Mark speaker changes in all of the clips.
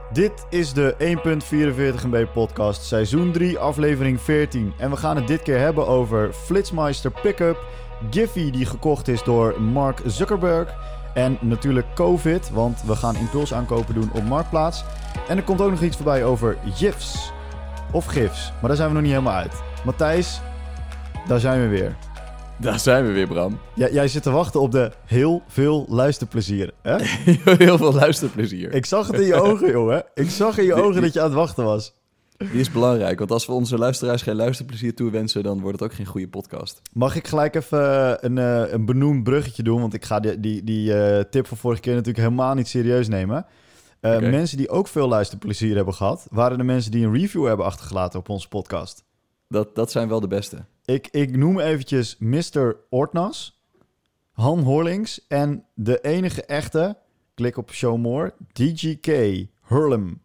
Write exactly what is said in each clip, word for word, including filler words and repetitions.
Speaker 1: Dit is de één komma vierenveertig M B podcast, seizoen drie, aflevering veertien. En we gaan het dit keer hebben over Flitsmeister Pickup, Giphy die gekocht is door Mark Zuckerberg en natuurlijk COVID, want we gaan impulsaankopen doen op Marktplaats. En er komt ook nog iets voorbij over GIFs, of GIFs, maar daar zijn we nog niet helemaal uit. Matthijs, daar zijn we weer.
Speaker 2: Daar zijn we weer, Bram.
Speaker 1: Ja, jij zit te wachten op de heel veel luisterplezier, hè?
Speaker 2: Heel veel luisterplezier.
Speaker 1: Ik zag het in je ogen, jongen. Ik zag in je ogen dat je aan het wachten was.
Speaker 2: Die is belangrijk, want als we onze luisteraars geen luisterplezier toewensen, dan wordt het ook geen goede podcast.
Speaker 1: Mag ik gelijk even een, uh, een benoemd bruggetje doen? Want ik ga die, die, die uh, tip van vorige keer natuurlijk helemaal niet serieus nemen. Uh, okay. Mensen die ook veel luisterplezier hebben gehad, waren de mensen die een review hebben achtergelaten op onze podcast.
Speaker 2: Dat, dat zijn wel de beste.
Speaker 1: Ik, ik noem eventjes mister Ortnas, Han Horlings en de enige echte, klik op Show More, D G K Hurlem.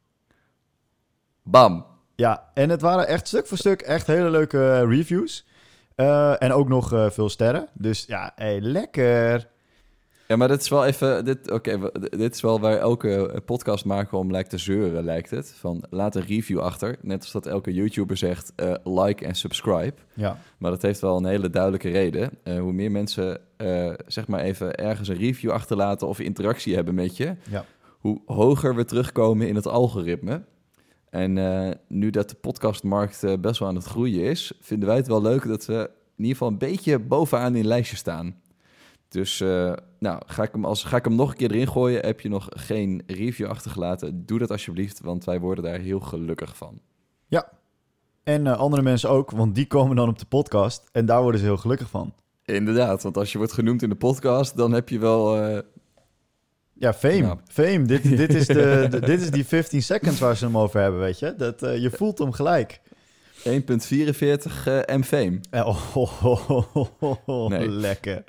Speaker 2: Bam.
Speaker 1: Ja, en het waren echt stuk voor stuk echt hele leuke uh, reviews. Uh, en ook nog uh, veel sterren. Dus ja, hey, lekker.
Speaker 2: Ja, maar dit is wel even... Dit, Oké, okay, dit is wel waar elke podcast maken om lijkt te zeuren, lijkt het. Van, laat een review achter. Net als dat elke YouTuber zegt, uh, like en subscribe.
Speaker 1: Ja.
Speaker 2: Maar dat heeft wel een hele duidelijke reden. Uh, hoe meer mensen, uh, zeg maar even ergens een review achterlaten of interactie hebben met je,
Speaker 1: ja.
Speaker 2: hoe hoger we terugkomen in het algoritme. En uh, nu dat de podcastmarkt uh, best wel aan het groeien is, vinden wij het wel leuk dat we in ieder geval een beetje bovenaan in het lijstje staan. Dus uh, nou, ga ik, hem als, ga ik hem nog een keer erin gooien. Heb je nog geen review achtergelaten? Doe dat alsjeblieft, want wij worden daar heel gelukkig van.
Speaker 1: Ja, en uh, andere mensen ook, want die komen dan op de podcast en daar worden ze heel gelukkig van.
Speaker 2: Inderdaad, want als je wordt genoemd in de podcast, dan heb je wel... Uh...
Speaker 1: Ja, fame. Ja. Fame. Dit, dit, is de, de, dit is die vijftien seconds waar ze hem over hebben, weet je. Dat, uh, je voelt hem gelijk.
Speaker 2: één komma vierenveertig uh, M-fame.
Speaker 1: Oh, oh, oh, oh, oh, nee. Lekker.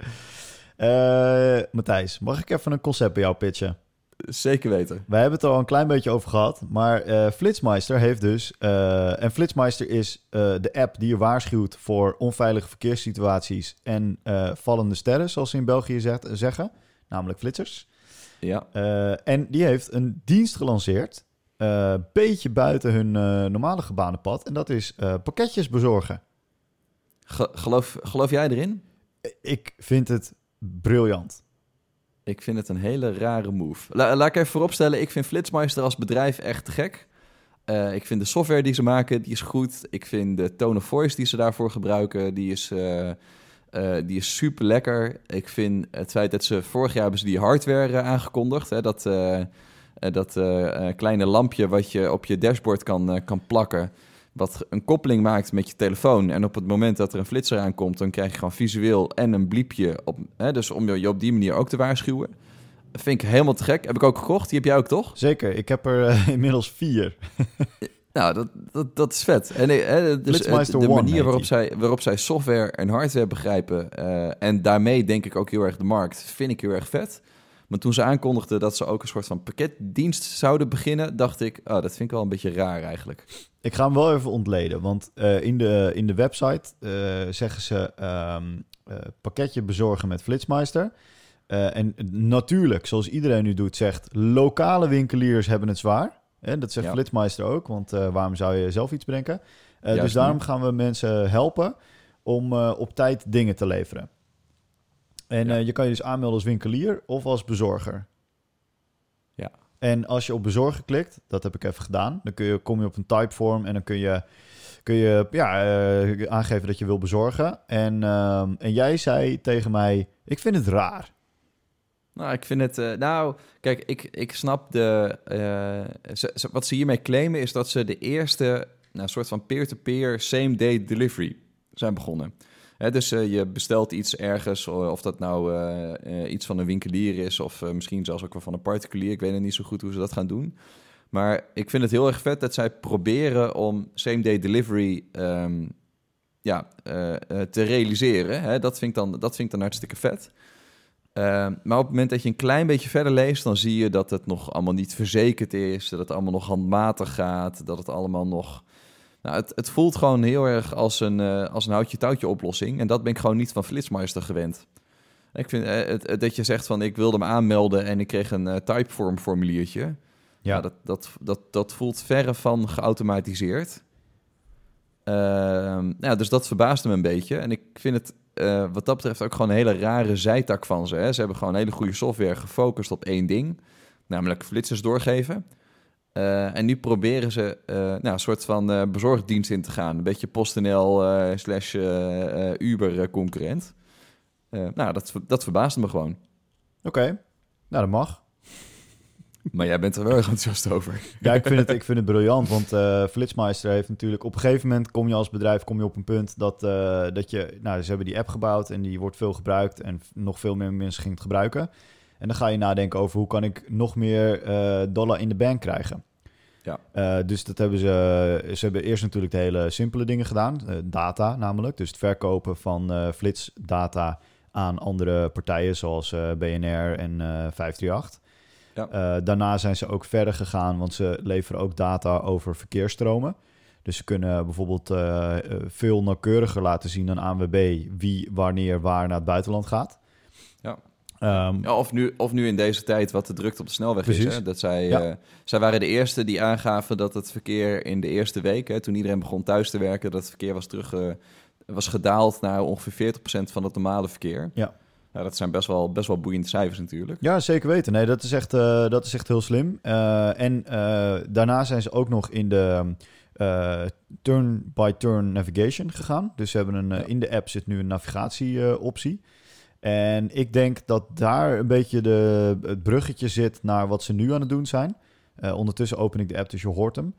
Speaker 1: Uh, Matthijs, mag ik even een concept bij jou pitchen?
Speaker 2: Zeker weten.
Speaker 1: Wij hebben het er al een klein beetje over gehad, maar uh, Flitsmeister heeft dus... Uh, en Flitsmeister is uh, de app die je waarschuwt voor onveilige verkeerssituaties en uh, vallende sterren, zoals ze in België zegt, zeggen, namelijk flitsers.
Speaker 2: Ja.
Speaker 1: Uh, en die heeft een dienst gelanceerd, een uh, beetje buiten hun uh, normale gebaande pad, en dat is uh, pakketjes bezorgen.
Speaker 2: Ge- geloof, geloof jij erin?
Speaker 1: Ik vind het briljant.
Speaker 2: Ik vind het een hele rare move. La- laat ik even vooropstellen, ik vind Flitsmeister als bedrijf echt te gek. Uh, ik vind de software die ze maken, die is goed. Ik vind de tone of voice die ze daarvoor gebruiken, die is, uh, uh, die is super lekker. Ik vind het feit dat ze vorig jaar hebben ze die hardware uh, aangekondigd. Hè, dat uh, uh, dat uh, kleine lampje wat je op je dashboard kan, uh, kan plakken, wat een koppeling maakt met je telefoon. En op het moment dat er een flitser aankomt, dan krijg je gewoon visueel en een bliepje op. Hè, dus om je op die manier ook te waarschuwen. Dat vind ik helemaal te gek. Heb ik ook gekocht. Die heb jij ook, toch?
Speaker 1: Zeker. Ik heb er uh, inmiddels vier.
Speaker 2: Nou, dat, dat, dat is vet. En hè, dus de, de manier waarop zij, waarop zij software en hardware begrijpen, uh, en daarmee denk ik ook heel erg de markt, vind ik heel erg vet. Maar toen ze aankondigden dat ze ook een soort van pakketdienst zouden beginnen, dacht ik, oh, dat vind ik wel een beetje raar eigenlijk.
Speaker 1: Ik ga hem wel even ontleden, want uh, in, de, in de website uh, zeggen ze um, uh, pakketje bezorgen met Flitsmeister. Uh, en natuurlijk, zoals iedereen nu doet, zegt lokale winkeliers hebben het zwaar. Hè, dat zegt ja. Flitsmeister ook, want uh, waarom zou je zelf iets bedenken? Uh, dus daarom niet. gaan we mensen helpen om uh, op tijd dingen te leveren. En ja. uh, je kan je dus aanmelden als winkelier of als bezorger.
Speaker 2: Ja.
Speaker 1: En als je op bezorgen klikt, dat heb ik even gedaan, dan kun je, kom je op een typeform en dan kun je, kun je ja, uh, aangeven dat je wil bezorgen. En, uh, en jij zei tegen mij, ik vind het raar.
Speaker 2: Nou, ik vind het... Uh, nou, kijk, ik, ik snap de... Uh, ze, ze, wat ze hiermee claimen is dat ze de eerste nou, soort van peer-to-peer same-day delivery zijn begonnen. Hè, dus uh, je bestelt iets ergens, of dat nou uh, uh, iets van een winkelier is, of uh, misschien zelfs ook wel van een particulier. Ik weet nog niet zo goed hoe ze dat gaan doen. Maar ik vind het heel erg vet dat zij proberen om same-day delivery um, ja, uh, uh, te realiseren. Hè? Dat, vind ik dan, dat vind ik dan hartstikke vet. Uh, maar op het moment dat je een klein beetje verder leest, dan zie je dat het nog allemaal niet verzekerd is, dat het allemaal nog handmatig gaat, dat het allemaal nog... Nou, het, het voelt gewoon heel erg als een, uh, als een houtje-touwtje oplossing. En dat ben ik gewoon niet van Flitsmeister gewend. Ik vind uh, het, het, dat je zegt van ik wilde me aanmelden en ik kreeg een uh, typeform formuliertje.
Speaker 1: Ja.
Speaker 2: Nou, dat, dat, dat, dat voelt verre van geautomatiseerd. Uh, nou, dus dat verbaasde me een beetje. En ik vind het uh, wat dat betreft ook gewoon een hele rare zijtak van ze. Hè. Ze hebben gewoon hele goede software gefocust op één ding. Namelijk flitsers doorgeven. Uh, en nu proberen ze uh, nou, een soort van uh, bezorgdienst in te gaan. Een beetje PostNL uh, slash uh, uh, Uber concurrent. Uh, nou, dat, dat verbaasde me gewoon.
Speaker 1: Oké, okay. Nou dat mag.
Speaker 2: Maar jij bent er wel erg enthousiast over.
Speaker 1: Ja, ik vind het, ik vind het briljant, want uh, Flitsmeister heeft natuurlijk... Op een gegeven moment kom je als bedrijf kom je op een punt dat, uh, dat je... Nou, ze hebben die app gebouwd en die wordt veel gebruikt en nog veel meer mensen gingen het gebruiken. En dan ga je nadenken over hoe kan ik nog meer uh, dollar in de bank krijgen.
Speaker 2: Ja.
Speaker 1: Uh, dus dat hebben ze... Ze hebben eerst natuurlijk de hele simpele dingen gedaan. Uh, data namelijk, dus het verkopen van uh, flitsdata aan andere partijen zoals uh, B N R en uh, vijf drie acht. Ja. Uh, daarna zijn ze ook verder gegaan, want ze leveren ook data over verkeersstromen. Dus ze kunnen bijvoorbeeld uh, veel nauwkeuriger laten zien dan A N W B wie wanneer waar naar het buitenland gaat.
Speaker 2: Ja.
Speaker 1: Um,
Speaker 2: ja, of, nu, of nu in deze tijd wat de drukte op de snelweg precies. is. Hè? Dat zij, ja. uh, zij waren de eerste die aangaven dat het verkeer in de eerste week, hè, toen iedereen begon thuis te werken, dat het verkeer was, terug, uh, was gedaald naar ongeveer veertig procent van het normale verkeer. Ja. Nou, dat zijn best wel, best wel boeiende cijfers natuurlijk.
Speaker 1: Ja, zeker weten. Nee, dat is echt, uh, dat is echt heel slim. Uh, en uh, daarna zijn ze ook nog in de uh, turn-by-turn navigation gegaan. Dus ze hebben een, uh, ja. in de app zit nu een navigatie-optie. Uh, en ik denk dat daar een beetje de, het bruggetje zit naar wat ze nu aan het doen zijn. Uh, ondertussen open ik de app, dus je hoort hem.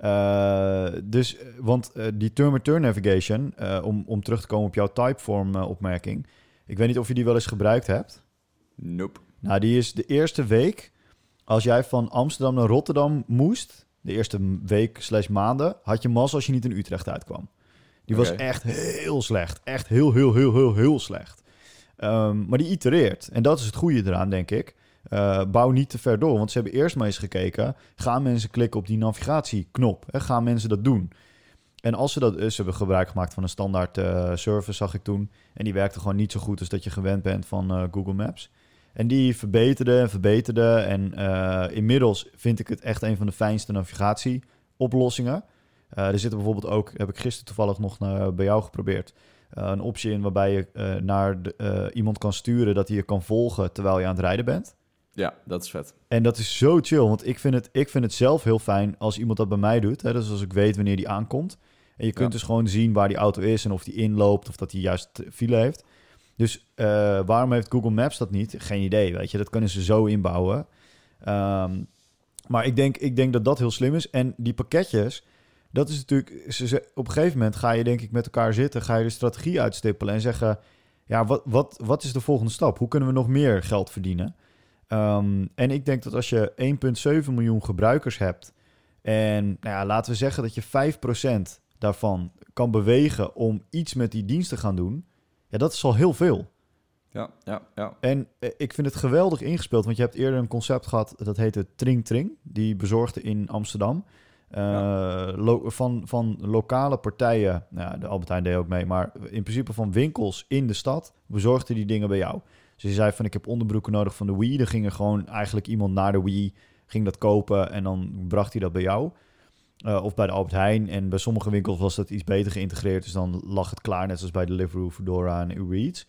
Speaker 1: Uh, dus, want uh, die turn-by-turn navigation, uh, om, om terug te komen op jouw typeform uh, opmerking... Ik weet niet of je die wel eens gebruikt hebt.
Speaker 2: Nope.
Speaker 1: Nou, die is de eerste week... Als jij van Amsterdam naar Rotterdam moest... De eerste week slash maanden... Had je mazzel als je niet in Utrecht uitkwam. Die okay. was echt heel slecht. Echt heel, heel, heel, heel, heel slecht. Um, maar die itereert. En dat is het goede eraan, denk ik. Uh, bouw niet te ver door. Want ze hebben eerst maar eens gekeken... Gaan mensen klikken op die navigatieknop? Hè? Gaan mensen dat doen? En als ze dat... Ze hebben gebruik gemaakt van een standaard uh, service, zag ik toen. En die werkte gewoon niet zo goed als dat je gewend bent van uh, Google Maps. En die verbeterde en verbeterde. En uh, inmiddels vind ik het echt een van de fijnste navigatieoplossingen. Uh, er zit er bijvoorbeeld ook, heb ik gisteren toevallig nog naar, bij jou geprobeerd... Uh, een optie in waarbij je uh, naar de, uh, iemand kan sturen... dat hij je kan volgen terwijl je aan het rijden bent.
Speaker 2: Ja, dat is vet.
Speaker 1: En dat is zo chill, want ik vind het, ik vind het zelf heel fijn als iemand dat bij mij doet. Hè? Dus als ik weet wanneer die aankomt... En je kunt ja. dus gewoon zien waar die auto is en of die inloopt of dat hij juist file heeft. Dus uh, waarom heeft Google Maps dat niet? Geen idee, weet je. Dat kunnen ze zo inbouwen. Um, maar ik denk, ik denk dat dat heel slim is. En die pakketjes, dat is natuurlijk... Ze, ze, op een gegeven moment ga je denk ik met elkaar zitten... ga je de strategie uitstippelen en zeggen... ja, wat, wat, wat is de volgende stap? Hoe kunnen we nog meer geld verdienen? Um, en ik denk dat als je één komma zeven miljoen gebruikers hebt... en nou ja, laten we zeggen dat je vijf procent... daarvan kan bewegen om iets met die dienst te gaan doen... ja, dat is al heel veel.
Speaker 2: Ja, ja, ja.
Speaker 1: En eh, ik vind het geweldig ingespeeld... want je hebt eerder een concept gehad... dat heette Tring Tring. Die bezorgde in Amsterdam. Uh, ja. lo- van, van lokale partijen... Nou, de Albert Heijn deed ook mee... maar in principe van winkels in de stad... bezorgde die dingen bij jou. Dus je zei van... ik heb onderbroeken nodig van de Wii. Dan ging er gewoon eigenlijk iemand naar de Wii... ging dat kopen en dan bracht hij dat bij jou... Uh, of bij de Albert Heijn. En bij sommige winkels was dat iets beter geïntegreerd. Dus dan lag het klaar, net zoals bij Deliveroo, Foodora en Uber Eats.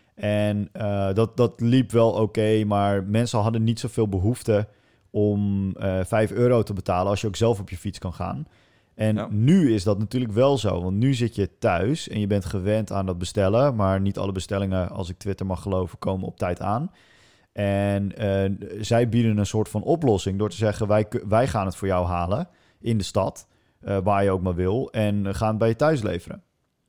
Speaker 1: En uh, dat, dat liep wel oké, okay, maar mensen hadden niet zoveel behoefte om uh, vijf euro te betalen als je ook zelf op je fiets kan gaan. En ja. nu is dat natuurlijk wel zo, want nu zit je thuis en je bent gewend aan dat bestellen, maar niet alle bestellingen, als ik Twitter mag geloven, komen op tijd aan. En uh, zij bieden een soort van oplossing door te zeggen, wij, wij gaan het voor jou halen in de stad, uh, waar je ook maar wil, en gaan het bij je thuis leveren.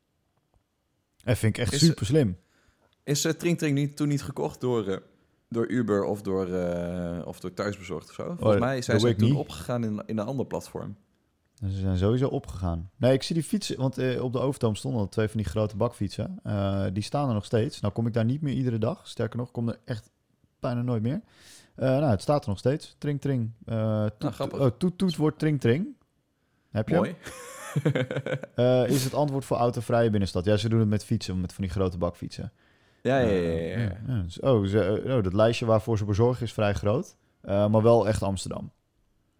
Speaker 1: Dat vind ik echt is, super slim.
Speaker 2: Is uh, Tring Tring niet, toen niet gekocht door, uh, door Uber of door, uh, of door Thuisbezorgd of zo? Volgens oh, mij zijn ze toen niet opgegaan in, in een ander platform.
Speaker 1: Ze zijn sowieso opgegaan. Nee, ik zie die fietsen, want uh, op de Overtoom stonden al twee van die grote bakfietsen. Uh, die staan er nog steeds. Nou kom ik daar niet meer iedere dag. Sterker nog, kom er echt bijna nooit meer. Uh, nou, het staat er nog steeds. Tring, tring. Uh, toet, nou, oh, toet, toet wordt tring, tring. Heb je
Speaker 2: Mooi.
Speaker 1: uh, is het antwoord voor autovrije binnenstad? Ja, ze doen het met fietsen, met van die grote bakfietsen.
Speaker 2: Ja, ja, ja. ja, ja.
Speaker 1: Uh, ja. Oh, ze, oh, dat lijstje waarvoor ze bezorgen is vrij groot. Uh, maar wel echt Amsterdam.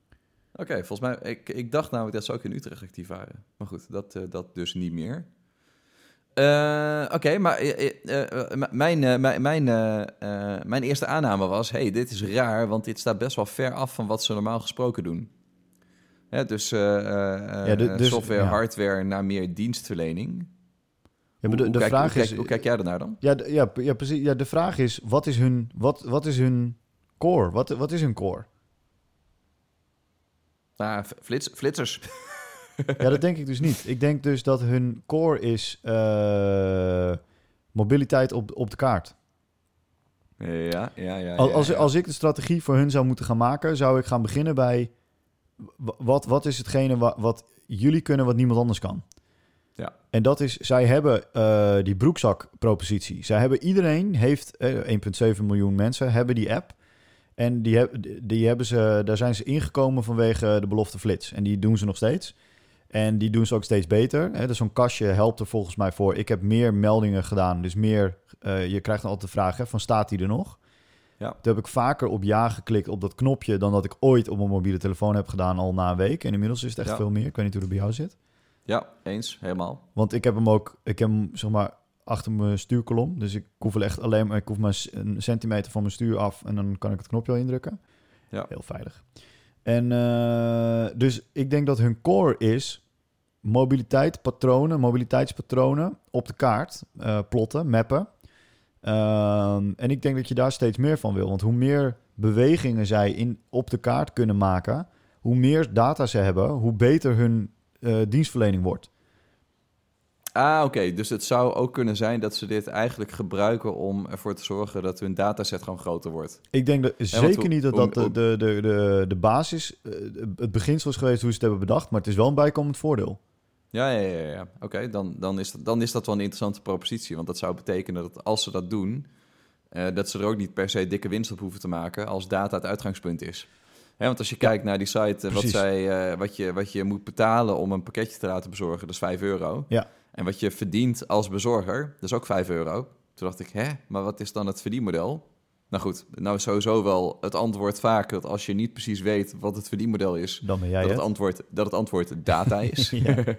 Speaker 2: Oké, volgens mij... Ik, ik dacht namelijk dat ze ook in Utrecht actief waren. Maar goed, dat, uh, dat dus niet meer. Uh, Oké, okay, maar uh, uh, uh, mijn, uh, mijn, mijn, uh, uh, mijn eerste aanname was... hey, dit is raar, want dit staat best wel ver af van wat ze normaal gesproken doen. Ja, dus, uh, uh, ja, de, dus software, ja. hardware naar meer dienstverlening.
Speaker 1: Ja, maar de,
Speaker 2: hoe,
Speaker 1: de
Speaker 2: hoe,
Speaker 1: vraag
Speaker 2: kijk, hoe,
Speaker 1: is,
Speaker 2: kijk, hoe kijk jij ernaar dan?
Speaker 1: Ja, de, ja, ja, precies. Ja, de vraag is, wat is hun, wat, wat is hun core? Wat, wat is hun core?
Speaker 2: Ah, flits, flitsers.
Speaker 1: Ja, dat denk ik dus niet. Ik denk dus dat hun core is uh, mobiliteit op, op de kaart.
Speaker 2: Ja, ja, ja. ja,
Speaker 1: als,
Speaker 2: ja.
Speaker 1: als ik de strategie voor hun zou moeten gaan maken, zou ik gaan beginnen bij... Wat, wat is hetgene wat, wat jullie kunnen wat niemand anders kan?
Speaker 2: Ja.
Speaker 1: En dat is, zij hebben uh, die broekzakpropositie. Zij hebben, iedereen heeft, uh, één komma zeven miljoen mensen hebben die app. En die, heb, die hebben ze, daar zijn ze ingekomen vanwege de belofte flits. En die doen ze nog steeds. En die doen ze ook steeds beter. Hè? Dus zo'n kastje helpt er volgens mij voor. Ik heb meer meldingen gedaan. Dus meer, uh, je krijgt dan altijd de vraag, hè, van staat die er nog?
Speaker 2: Ja.
Speaker 1: Toen heb ik vaker op ja geklikt op dat knopje dan dat ik ooit op mijn mobiele telefoon heb gedaan al na een week. En inmiddels is het echt ja. veel meer. Ik weet niet hoe het bij jou zit.
Speaker 2: Ja, eens. Helemaal.
Speaker 1: Want ik heb hem ook, ik heb hem zeg maar achter mijn stuurkolom. Dus ik hoef wel echt alleen maar, ik hoef maar een centimeter van mijn stuur af en dan kan ik het knopje al indrukken.
Speaker 2: Ja.
Speaker 1: Heel veilig. En uh, dus ik denk dat hun core is mobiliteit, patronen, mobiliteitspatronen op de kaart uh, plotten, mappen. Um, en ik denk dat je daar steeds meer van wil. Want hoe meer bewegingen zij in, op de kaart kunnen maken, hoe meer data ze hebben, hoe beter hun uh, dienstverlening wordt.
Speaker 2: Ah, oké. Okay. Dus het zou ook kunnen zijn dat ze dit eigenlijk gebruiken om ervoor te zorgen dat hun dataset gewoon groter wordt.
Speaker 1: Ik denk dat, zeker niet dat dat de, de, de, de, de basis, uh, het beginsel is geweest hoe ze het hebben bedacht, maar het is wel een bijkomend voordeel.
Speaker 2: Ja, ja, ja. ja. Oké, okay, dan, dan, is dat, dan is dat wel een interessante propositie. Want dat zou betekenen dat als ze dat doen, uh, dat ze er ook niet per se dikke winst op hoeven te maken als data het uitgangspunt is. Hè, want als je ja, kijkt naar die site, uh, wat, zij, uh, wat, je, wat je moet betalen om een pakketje te laten bezorgen, dat is vijf euro.
Speaker 1: Ja.
Speaker 2: En wat je verdient als bezorger, dat is ook vijf euro. Toen dacht ik, hè, maar wat is dan het verdienmodel? Nou goed, nou is sowieso wel het antwoord vaak dat als je niet precies weet wat het verdienmodel is,
Speaker 1: dan ben jij
Speaker 2: dat,
Speaker 1: het.
Speaker 2: Het antwoord, dat het antwoord data is.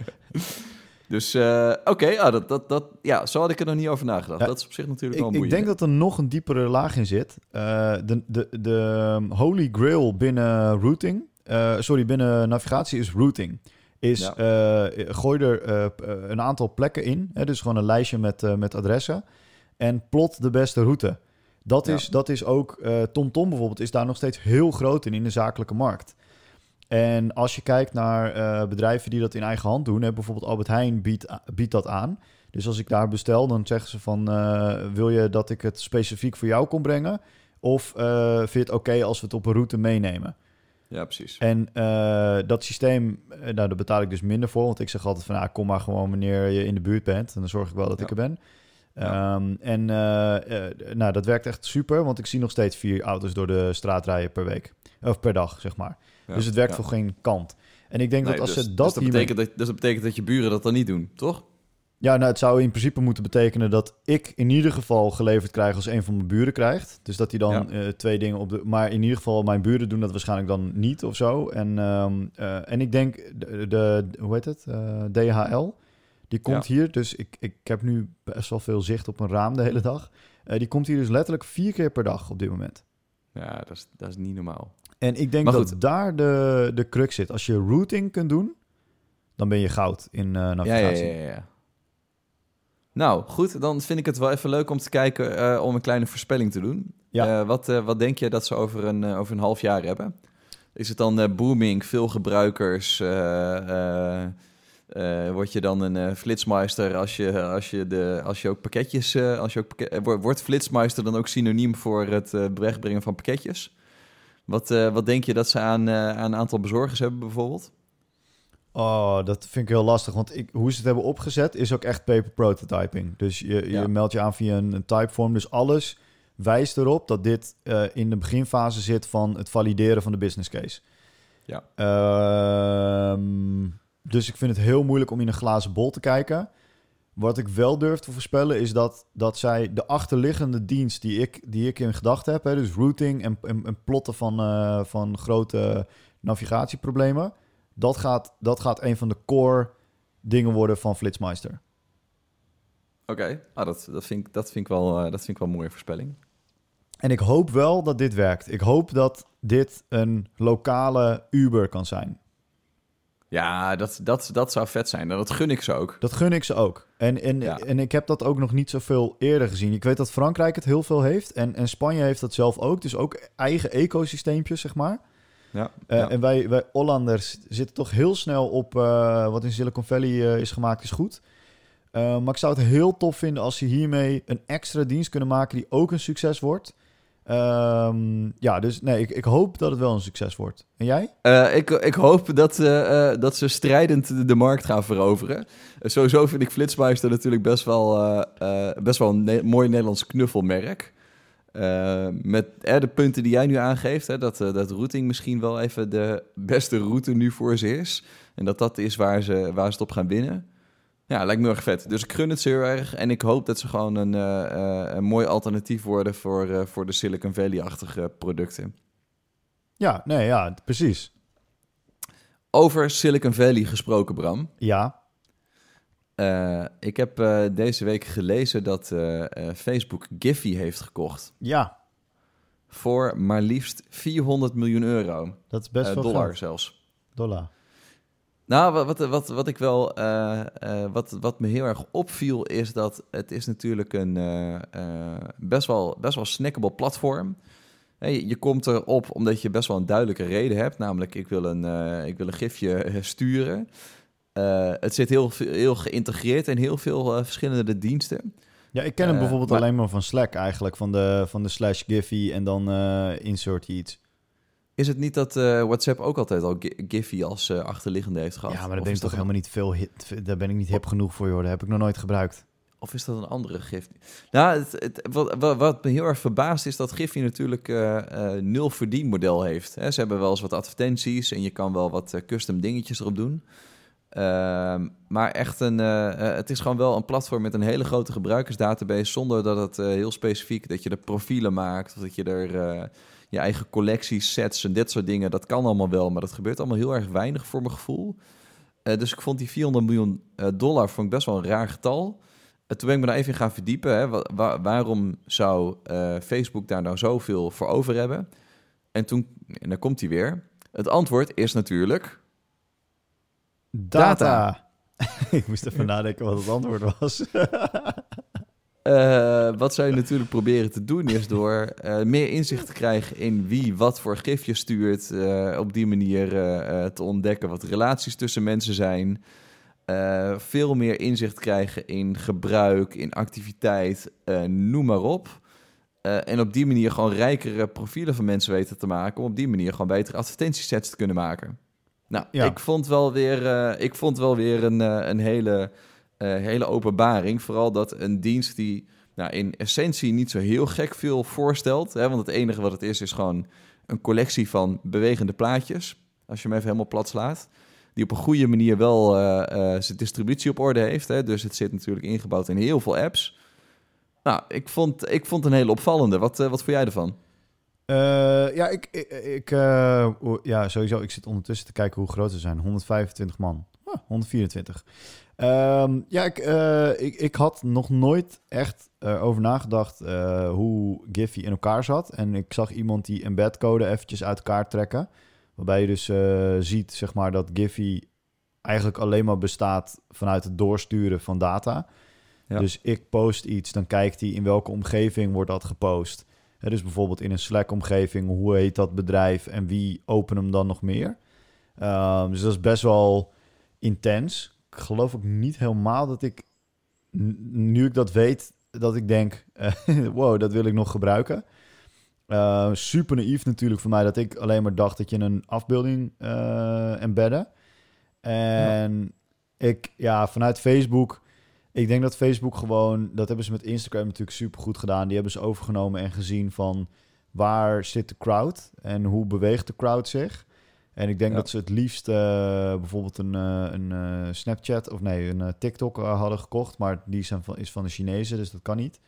Speaker 2: Dus uh, oké, okay, ah, dat, dat, dat, ja, zo had ik er nog niet over nagedacht. Ja, dat is op zich natuurlijk
Speaker 1: ik,
Speaker 2: wel moeilijk.
Speaker 1: Ik denk dat er nog een diepere laag in zit. Uh, de, de, de holy grail binnen routing, uh, sorry, binnen navigatie is routing. Is ja. uh, gooi er uh, een aantal plekken in, hè, dus gewoon een lijstje met, uh, met adressen en plot de beste route. Dat, ja. is, dat is ook, uh, TomTom bijvoorbeeld is daar nog steeds heel groot in, in de zakelijke markt. En als je kijkt naar uh, bedrijven die dat in eigen hand doen, hè, bijvoorbeeld Albert Heijn biedt, biedt dat aan. Dus als ik daar bestel, dan zeggen ze van, uh, wil je dat ik het specifiek voor jou kom brengen? Of uh, vind je het oké okay als we het op een route meenemen?
Speaker 2: Ja, precies.
Speaker 1: En uh, dat systeem, uh, nou, daar betaal ik dus minder voor. Want ik zeg altijd van, ah, kom maar gewoon wanneer je in de buurt bent. En dan zorg ik wel dat ja. ik er ben. Ja. Um, en uh, uh, nou, dat werkt echt super. Want ik zie nog steeds vier auto's door de straat rijden per week. Of per dag, zeg maar. Ja. Dus het werkt ja. voor geen kant. En ik denk nee, dat als
Speaker 2: dus,
Speaker 1: ze dat...
Speaker 2: Dus dat,
Speaker 1: hiermee...
Speaker 2: betekent dat, dus dat betekent dat je buren dat dan niet doen, toch?
Speaker 1: Ja, nou, het zou in principe moeten betekenen dat ik in ieder geval geleverd krijg als een van mijn buren krijgt. Dus dat hij dan ja. uh, twee dingen op de... Maar in ieder geval mijn buren doen dat waarschijnlijk dan niet of zo. En, um, uh, en ik denk, de, de, hoe heet het? Uh, D H L, die komt ja. hier. Dus ik, ik heb nu best wel veel zicht op een raam de hele dag. Uh, die komt hier dus letterlijk vier keer per dag op dit moment.
Speaker 2: Ja, dat is, dat is niet normaal.
Speaker 1: En ik denk dat daar de, de crux zit. Als je routing kunt doen, dan ben je goud in uh, navigatie.
Speaker 2: Ja, ja, ja, ja. Nou, goed, dan vind ik het wel even leuk om te kijken, uh, om een kleine voorspelling te doen. Ja. Uh, wat, uh, wat denk je dat ze over een, uh, over een half jaar hebben? Is het dan uh, booming, veel gebruikers? Uh, uh, uh, word je dan een uh, flitsmeister als je, als je, de, als je ook pakketjes... Uh, als je ook pakket, uh, wordt flitsmeister dan ook synoniem voor het uh, wegbrengen van pakketjes? Wat, uh, wat denk je dat ze aan, uh, aan een aantal bezorgers hebben bijvoorbeeld?
Speaker 1: Oh, dat vind ik heel lastig. Want ik, hoe ze het hebben opgezet is ook echt paper prototyping. Dus je, je ja. meldt je aan via een, een typeform. Dus alles wijst erop dat dit uh, in de beginfase zit van het valideren van de business case.
Speaker 2: Ja.
Speaker 1: Uh, dus ik vind het heel moeilijk om in een glazen bol te kijken. Wat ik wel durf te voorspellen is dat, dat zij de achterliggende dienst die ik, die ik in gedachten heb... Hè, dus routing en, en, en plotten van, uh, van grote navigatieproblemen. Dat gaat, dat gaat een van de core dingen worden van Flitsmeister.
Speaker 2: Oké, okay. ah, dat, dat, vind ik, dat, vind ik wel, uh, dat vind ik wel een mooie voorspelling.
Speaker 1: En ik hoop wel dat dit werkt. Ik hoop dat dit een lokale Uber kan zijn.
Speaker 2: Ja, dat, dat, dat zou vet zijn. Dat gun ik ze ook.
Speaker 1: Dat gun ik ze ook. En, en, ja. en ik heb dat ook nog niet zoveel eerder gezien. Ik weet dat Frankrijk het heel veel heeft. En, en Spanje heeft dat zelf ook. Dus ook eigen ecosysteempjes, zeg maar.
Speaker 2: Ja,
Speaker 1: uh,
Speaker 2: ja.
Speaker 1: En wij, wij Hollanders zitten toch heel snel op uh, wat in Silicon Valley uh, is gemaakt, is goed. Uh, maar ik zou het heel tof vinden als ze hiermee een extra dienst kunnen maken die ook een succes wordt. Um, ja, dus nee, ik, ik hoop dat het wel een succes wordt. En jij?
Speaker 2: Uh, ik, ik hoop dat, uh, uh, dat ze strijdend de, de markt gaan veroveren. Uh, sowieso vind ik Flitsmeister natuurlijk best wel, uh, uh, best wel een ne- mooi Nederlands knuffelmerk. Uh, met uh, de punten die jij nu aangeeft, hè, dat, uh, dat routing misschien wel even de beste route nu voor ze is. En dat dat is waar ze, waar ze het op gaan winnen. Ja, lijkt me heel erg vet. Dus ik gun het ze heel erg. En ik hoop dat ze gewoon een, uh, uh, een mooi alternatief worden voor, uh, voor de Silicon Valley-achtige producten.
Speaker 1: Ja, nee, ja, precies.
Speaker 2: Over Silicon Valley gesproken, Bram.
Speaker 1: Ja.
Speaker 2: Uh, ik heb uh, deze week gelezen dat uh, uh, Facebook Giphy heeft gekocht.
Speaker 1: Ja.
Speaker 2: Voor maar liefst vierhonderd miljoen euro.
Speaker 1: Dat is best
Speaker 2: uh,
Speaker 1: veel
Speaker 2: dollar
Speaker 1: geld.
Speaker 2: zelfs.
Speaker 1: Dollar.
Speaker 2: Nou, wat, wat, wat, wat ik wel, uh, uh, wat, wat me heel erg opviel is dat het is natuurlijk een uh, uh, best wel, best wel snackable platform. Hey, je komt erop omdat je best wel een duidelijke reden hebt, namelijk ik wil een, uh, ik wil een gifje sturen. Uh, het zit heel, heel geïntegreerd in heel veel uh, verschillende diensten.
Speaker 1: Ja, ik ken hem
Speaker 2: uh,
Speaker 1: bijvoorbeeld
Speaker 2: maar...
Speaker 1: alleen maar van Slack eigenlijk, van de, van de slash Giphy en dan uh, insert iets.
Speaker 2: Is het niet dat uh, WhatsApp ook altijd al Giphy als uh, achterliggende heeft gehad?
Speaker 1: Ja, maar daar
Speaker 2: of
Speaker 1: ben ik toch
Speaker 2: een...
Speaker 1: helemaal niet veel hit. Daar ben ik niet hip genoeg voor, joh. Dat heb ik nog nooit gebruikt.
Speaker 2: Of is dat een andere Giphy? Nou, het, het, wat, wat, wat me heel erg verbaast is dat Giphy natuurlijk uh, uh, nul verdienmodel heeft. Hè, ze hebben wel eens wat advertenties en je kan wel wat uh, custom dingetjes erop doen. Uh, maar echt een, uh, uh, het is gewoon wel een platform met een hele grote gebruikersdatabase, zonder dat het uh, heel specifiek, dat je er profielen maakt of dat je er uh, je eigen collecties, sets en dit soort dingen, dat kan allemaal wel, maar dat gebeurt allemaal heel erg weinig voor mijn gevoel. Uh, dus ik vond die vierhonderd miljoen dollar vond ik best wel een raar getal. Uh, toen ben ik me daar even in gaan verdiepen. Hè. Wa- wa- waarom zou uh, Facebook daar nou zoveel voor over hebben? En toen, en dan komt hij weer. Het antwoord is natuurlijk...
Speaker 1: Data.
Speaker 2: Data.
Speaker 1: Ik moest even nadenken wat het antwoord was.
Speaker 2: uh, wat zou je natuurlijk proberen te doen is door uh, meer inzicht te krijgen in wie wat voor gifje stuurt. Uh, op die manier uh, te ontdekken wat relaties tussen mensen zijn. Uh, veel meer inzicht krijgen in gebruik, in activiteit, uh, noem maar op. Uh, en op die manier gewoon rijkere profielen van mensen weten te maken. Om op die manier gewoon betere advertentiesets te kunnen maken. Nou, ja. ik vond wel weer, uh, ik vond wel weer een, uh, een hele, uh, hele openbaring. Vooral dat een dienst die nou, in essentie niet zo heel gek veel voorstelt. Hè, want het enige wat het is, is gewoon een collectie van bewegende plaatjes. Als je hem even helemaal plat slaat. Die op een goede manier wel uh, uh, zijn distributie op orde heeft. Hè. Dus het zit natuurlijk ingebouwd in heel veel apps. Nou, ik vond, ik vond een hele opvallende. Wat, uh, wat vond jij ervan?
Speaker 1: Uh, ja, ik, ik, ik uh, ja, sowieso. Ik zit ondertussen te kijken hoe groot ze zijn. honderdvijfentwintig man. Oh, honderdvierentwintig. Um, ja, ik, uh, ik, ik had nog nooit echt uh, over nagedacht uh, hoe Giphy in elkaar zat. En ik zag iemand die embedcode eventjes uit elkaar trekken. Waarbij je dus uh, ziet, zeg maar, dat Giphy eigenlijk alleen maar bestaat vanuit het doorsturen van data. Ja. Dus ik post iets, dan kijkt hij in welke omgeving wordt dat gepost. He, dus bijvoorbeeld in een Slack-omgeving, hoe heet dat bedrijf en wie openen hem dan nog meer? Um, dus dat is best wel intens. Ik geloof ook niet helemaal dat ik, n- nu ik dat weet, dat ik denk, uh, wow, dat wil ik nog gebruiken. Uh, super naïef natuurlijk voor mij dat ik alleen maar dacht dat je een afbeelding uh, embedde. En ja. ik, ja, vanuit Facebook... Ik denk dat Facebook gewoon... Dat hebben ze met Instagram natuurlijk super goed gedaan. Die hebben ze overgenomen en gezien van... waar zit de crowd en hoe beweegt de crowd zich. En ik denk ja. dat ze het liefst uh, bijvoorbeeld een, uh, een uh, Snapchat... of nee, een uh, TikTok uh, hadden gekocht. Maar die zijn van, is van de Chinezen, dus dat kan niet.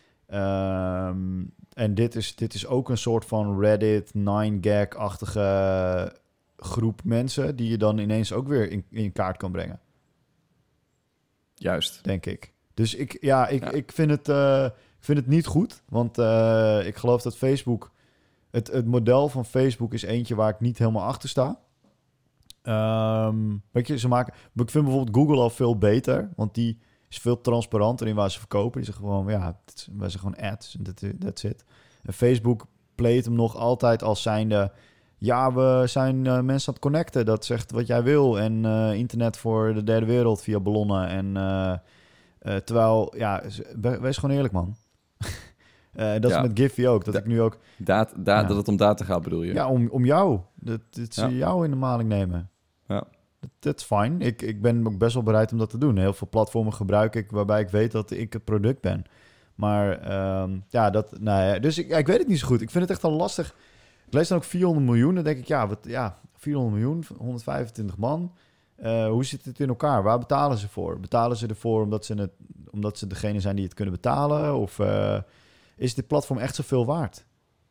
Speaker 1: Um, en dit is, dit is ook een soort van Reddit, nine gag-achtige groep mensen die je dan ineens ook weer in, in kaart kan brengen.
Speaker 2: Juist.
Speaker 1: Denk ik. Dus ik, ja, ik,
Speaker 2: Ja.
Speaker 1: ik, vind, het, uh, ik vind het niet goed. Want uh, ik geloof dat Facebook... Het, het model van Facebook is eentje waar ik niet helemaal achter sta. Um, weet je, ze maken... Ik vind bijvoorbeeld Google al veel beter. Want die is veel transparanter in waar ze verkopen. Die zeggen gewoon, ja, wij zijn gewoon ads. En that, that's it. En Facebook playt hem nog altijd als zijnde... Ja, we zijn uh, mensen aan het connecten. Dat zegt wat jij wil. En uh, internet voor de derde wereld via ballonnen. En uh, uh, terwijl, ja, wees gewoon eerlijk, man. uh, dat ja. is met Giphy ook. Dat da- ik nu ook...
Speaker 2: Dat, da- ja. dat het om data gaat, bedoel je?
Speaker 1: Ja, om, om jou. Dat, dat ze ja. jou in de maling nemen.
Speaker 2: Ja.
Speaker 1: Dat is fijn. Ik, ik ben ook best wel bereid om dat te doen. Heel veel platformen gebruik ik waarbij ik weet dat ik het product ben. Maar um, ja, dat... Nou ja, dus ik, ja, ik weet het niet zo goed. Ik vind het echt al lastig... Ik lees dan ook vierhonderd miljoen. Dan denk ik, ja, wat, ja vierhonderd miljoen, honderdvijfentwintig man. Uh, hoe zit het in elkaar? Waar betalen ze voor? Betalen ze ervoor omdat ze, het, omdat ze degene zijn die het kunnen betalen? Of uh, is dit platform echt zoveel waard?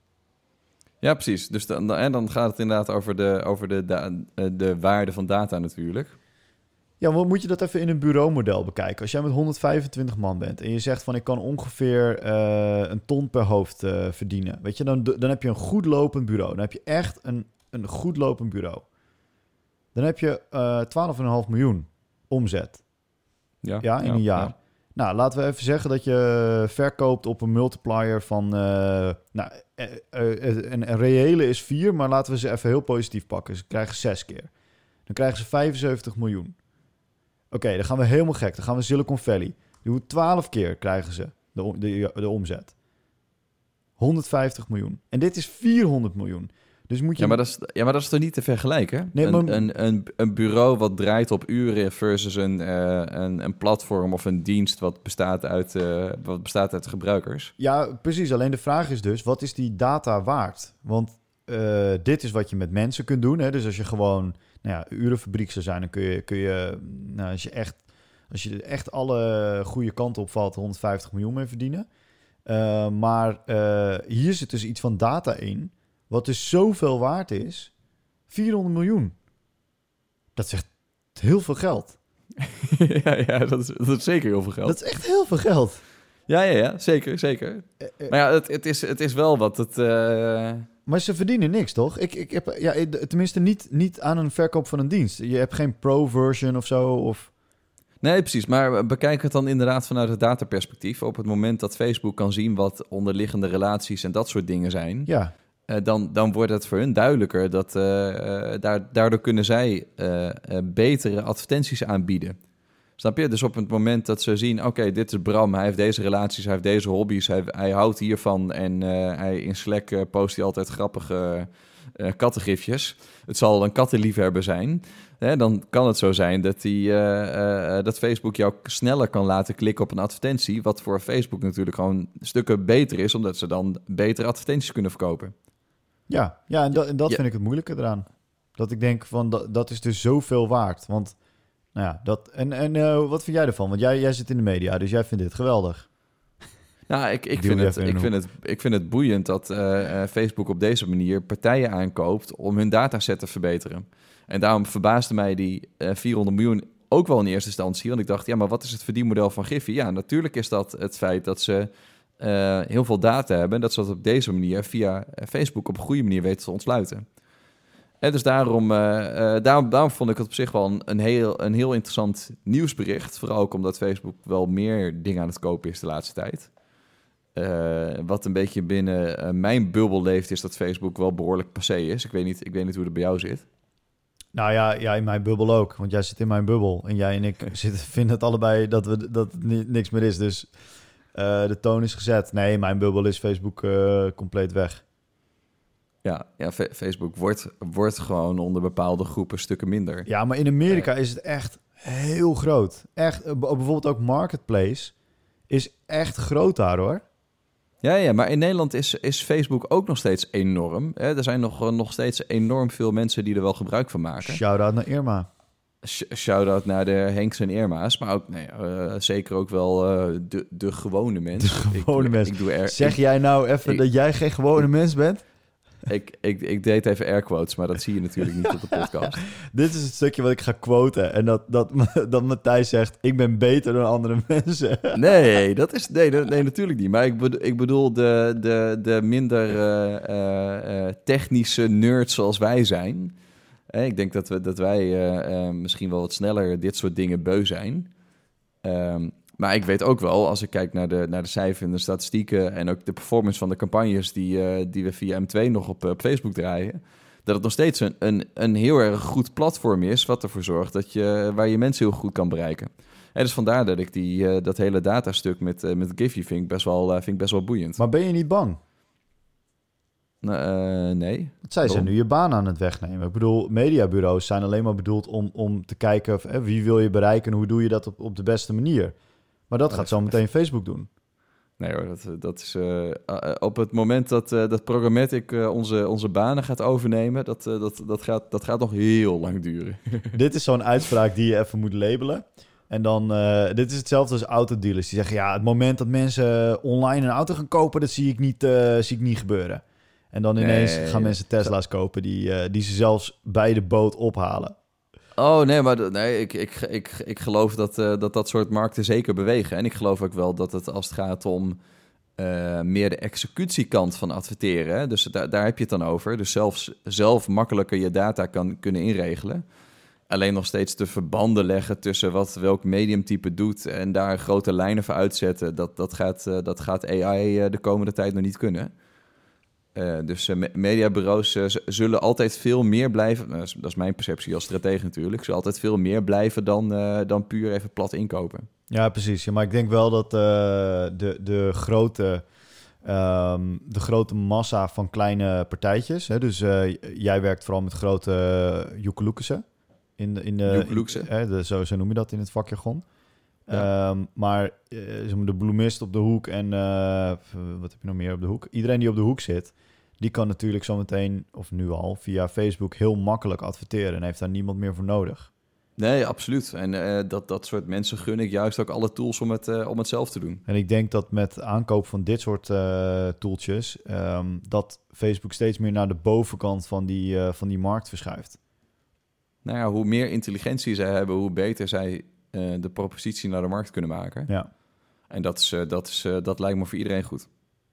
Speaker 2: Ja, precies. Dus dan, en dan gaat het inderdaad over de, over de, de, de waarde van data natuurlijk.
Speaker 1: Ja, maar moet je dat even in een bureaumodel bekijken? Als jij met honderdvijfentwintig man bent en je zegt van ik kan ongeveer uh, een ton per hoofd uh, verdienen. Weet je, dan, dan heb je een goed lopend bureau. Dan heb je echt een, een goed lopend bureau. Dan heb je uh, twaalf komma vijf miljoen omzet.
Speaker 2: Ja,
Speaker 1: ja in
Speaker 2: ja,
Speaker 1: een jaar.
Speaker 2: Ja.
Speaker 1: Nou, laten we even zeggen dat je verkoopt op een multiplier van... Uh, nou, uh, uh, een, een reële is vier, maar laten we ze even heel positief pakken. Ze krijgen zes keer. Dan krijgen ze vijfenzeventig miljoen. Oké, okay, dan gaan we helemaal gek. Dan gaan we Silicon Valley. Die twaalf keer krijgen ze de, de, de omzet. honderdvijftig miljoen. En dit is vierhonderd miljoen. Dus moet je...
Speaker 2: ja, maar dat is, ja, maar dat is toch niet te vergelijken?
Speaker 1: Nee, maar...
Speaker 2: een, een, een, een bureau wat draait op uren versus een, uh, een, een platform of een dienst wat bestaat uit, uh, wat bestaat uit gebruikers.
Speaker 1: Ja, precies. Alleen de vraag is dus, wat is die data waard? Want uh, dit is wat je met mensen kunt doen. Hè? Dus als je gewoon... Nou ja, urenfabriek zou zijn, dan kun je, kun je nou, als je echt, als je echt alle goede kanten opvalt, honderdvijftig miljoen mee verdienen. Uh, maar uh, hier zit dus iets van data in, wat dus zoveel waard is, vierhonderd miljoen. Dat is echt heel veel geld.
Speaker 2: ja, ja dat, is, dat is zeker heel veel geld.
Speaker 1: Dat is echt heel veel geld.
Speaker 2: Ja, ja, ja, zeker, zeker. Uh, uh, maar ja, het, het, is, het is wel wat het... Uh...
Speaker 1: Maar ze verdienen niks, toch? Ik, ik heb, ja, tenminste niet, niet aan een verkoop van een dienst. Je hebt geen pro-version of zo, of...
Speaker 2: Nee, precies. Maar bekijk het dan inderdaad vanuit het dataperspectief. Op het moment dat Facebook kan zien wat onderliggende relaties en dat soort dingen zijn...
Speaker 1: Ja.
Speaker 2: Uh, dan, dan wordt het voor hun duidelijker dat uh, uh, daar, daardoor kunnen zij uh, uh, betere advertenties aanbieden. Snap je? Dus op het moment dat ze zien, oké, okay, dit is Bram, hij heeft deze relaties, hij heeft deze hobby's, hij, hij houdt hiervan en uh, hij in Slack uh, post hij altijd grappige uh, kattengifjes. Het zal een kattenliefhebber zijn. Hè, dan kan het zo zijn dat, die, uh, uh, dat Facebook jou sneller kan laten klikken op een advertentie, wat voor Facebook natuurlijk gewoon stukken beter is, omdat ze dan betere advertenties kunnen verkopen.
Speaker 1: Ja, ja en dat, en dat
Speaker 2: ja.
Speaker 1: vind ik het moeilijke eraan. Dat ik denk van, dat, dat is dus zoveel waard, want... Nou ja, dat, en, en uh, wat vind jij ervan? Want jij, jij zit in de media, dus jij vindt dit geweldig.
Speaker 2: Nou, ik, ik, vind, het, ik, vind, het, ik vind het boeiend dat uh, uh, Facebook op deze manier partijen aankoopt om hun dataset te verbeteren. En daarom verbaasde mij die uh, vierhonderd miljoen ook wel in eerste instantie. Want ik dacht, ja, maar wat is het verdienmodel van Giphy? Ja, natuurlijk is dat het feit dat ze uh, heel veel data hebben... en dat ze dat op deze manier via Facebook op een goede manier weten te ontsluiten. En dus daarom, uh, uh, daarom, daarom vond ik het op zich wel een, een, heel, een heel interessant nieuwsbericht. Vooral ook omdat Facebook wel meer dingen aan het kopen is de laatste tijd. Uh, wat een beetje binnen uh, mijn bubbel leeft, is dat Facebook wel behoorlijk passé is. Ik weet niet, ik weet niet hoe het bij jou zit.
Speaker 1: Nou ja, ja, in mijn bubbel ook. Want jij zit in mijn bubbel. En jij en ik zitten, vinden het allebei dat, we, dat het ni- niks meer is. Dus uh, de toon is gezet. Nee, in mijn bubbel is Facebook uh, compleet weg.
Speaker 2: Ja, ja F- Facebook wordt, wordt gewoon onder bepaalde groepen stukken minder.
Speaker 1: Ja, maar in Amerika is het echt heel groot. Echt, uh, bijvoorbeeld ook Marketplace is echt groot daar, hoor.
Speaker 2: Ja, ja, maar in Nederland is, is Facebook ook nog steeds enorm. Hè? Er zijn nog, nog steeds enorm veel mensen die er wel gebruik van maken.
Speaker 1: Shout-out naar Irma.
Speaker 2: Sh- Shout-out naar de Henks en Irma's. Maar ook, nee, uh, zeker ook wel uh, de, de gewone mens.
Speaker 1: De gewone
Speaker 2: ik,
Speaker 1: mens.
Speaker 2: Ik doe er,
Speaker 1: zeg
Speaker 2: ik,
Speaker 1: jij nou even
Speaker 2: ik,
Speaker 1: dat jij geen gewone mens bent?
Speaker 2: ik, ik, ik deed even air quotes, maar dat zie je natuurlijk niet op de podcast.
Speaker 1: Dit is het stukje wat ik ga quoten. En dat, dat, dat Matthijs zegt, ik ben beter dan andere mensen.
Speaker 2: Nee, dat is, nee, nee, natuurlijk niet. Maar ik bedoel, ik bedoel de, de, de minder uh, uh, uh, technische nerds zoals wij zijn. Eh, ik denk dat, we, dat wij uh, uh, misschien wel wat sneller dit soort dingen beu zijn. Um, maar ik weet ook wel, als ik kijk naar de, naar de cijfers en de statistieken en ook de performance van de campagnes die, uh, die we via M twee nog op, op Facebook draaien, dat het nog steeds een, een, een heel erg goed platform is, wat ervoor zorgt dat je, waar je mensen heel goed kan bereiken. En dus vandaar dat ik die, uh, dat hele datastuk met, uh, met Giphy vind ik best wel, uh, vind ik best wel boeiend.
Speaker 1: Maar ben je niet bang?
Speaker 2: Uh, nee.
Speaker 1: Want zij zijn nu je baan aan het wegnemen. Ik bedoel, mediabureaus zijn alleen maar bedoeld om, om te kijken of, eh, wie wil je bereiken en hoe doe je dat op, op de beste manier. Maar dat
Speaker 2: ja,
Speaker 1: gaat zo meteen Facebook doen.
Speaker 2: Nee hoor, dat, dat is uh, uh, op het moment dat, uh, dat Programmatic uh, onze, onze banen gaat overnemen, dat, uh, dat, dat, gaat, dat gaat nog heel lang duren.
Speaker 1: Dit is zo'n uitspraak die je even moet labelen. En dan, uh, dit is hetzelfde als autodealers. Die zeggen, ja, het moment dat mensen online een auto gaan kopen, dat zie ik niet, uh, zie ik niet gebeuren. En dan ineens nee, gaan mensen Tesla's kopen die, uh, die ze zelfs bij de boot ophalen.
Speaker 2: Oh nee, maar nee, ik, ik, ik, ik geloof dat, uh, dat dat soort markten zeker bewegen. En ik geloof ook wel dat het als het gaat om uh, meer de executiekant van adverteren. Hè? Dus daar, daar heb je het dan over. Dus zelfs, zelf makkelijker je data kan kunnen inregelen. Alleen nog steeds de verbanden leggen tussen wat welk mediumtype doet en daar grote lijnen voor uitzetten. Dat, dat, gaat, uh, dat gaat A I uh, de komende tijd nog niet kunnen. Uh, dus uh, mediabureaus uh, z- zullen altijd veel meer blijven, uh, dat is mijn perceptie als stratege natuurlijk, zullen altijd veel meer blijven dan, uh, dan puur even plat inkopen.
Speaker 1: Ja, precies. Ja, maar ik denk wel dat uh, de, de, grote, um, de grote massa van kleine partijtjes, hè, dus uh, jij werkt vooral met grote uh, joekeloekussen. In de, in de, in, hè, de, zo, zo noem je dat in het vakjargon. Ja. Um, maar uh, de bloemist op de hoek en uh, wat heb je nog meer op de hoek? Iedereen die op de hoek zit, die kan natuurlijk zometeen, of nu al, via Facebook heel makkelijk adverteren en heeft daar niemand meer voor nodig.
Speaker 2: Nee, absoluut. En uh, dat, dat soort mensen gun ik juist ook alle tools om het, uh, om het zelf te doen.
Speaker 1: En ik denk dat met aankoop van dit soort uh, tooltjes, um, dat Facebook steeds meer naar de bovenkant van die, uh, van die markt verschuift.
Speaker 2: Nou ja, hoe meer intelligentie zij hebben, hoe beter zij uh, de propositie naar de markt kunnen maken.
Speaker 1: Ja.
Speaker 2: En dat, is, uh, dat, is, uh, dat lijkt me voor iedereen goed.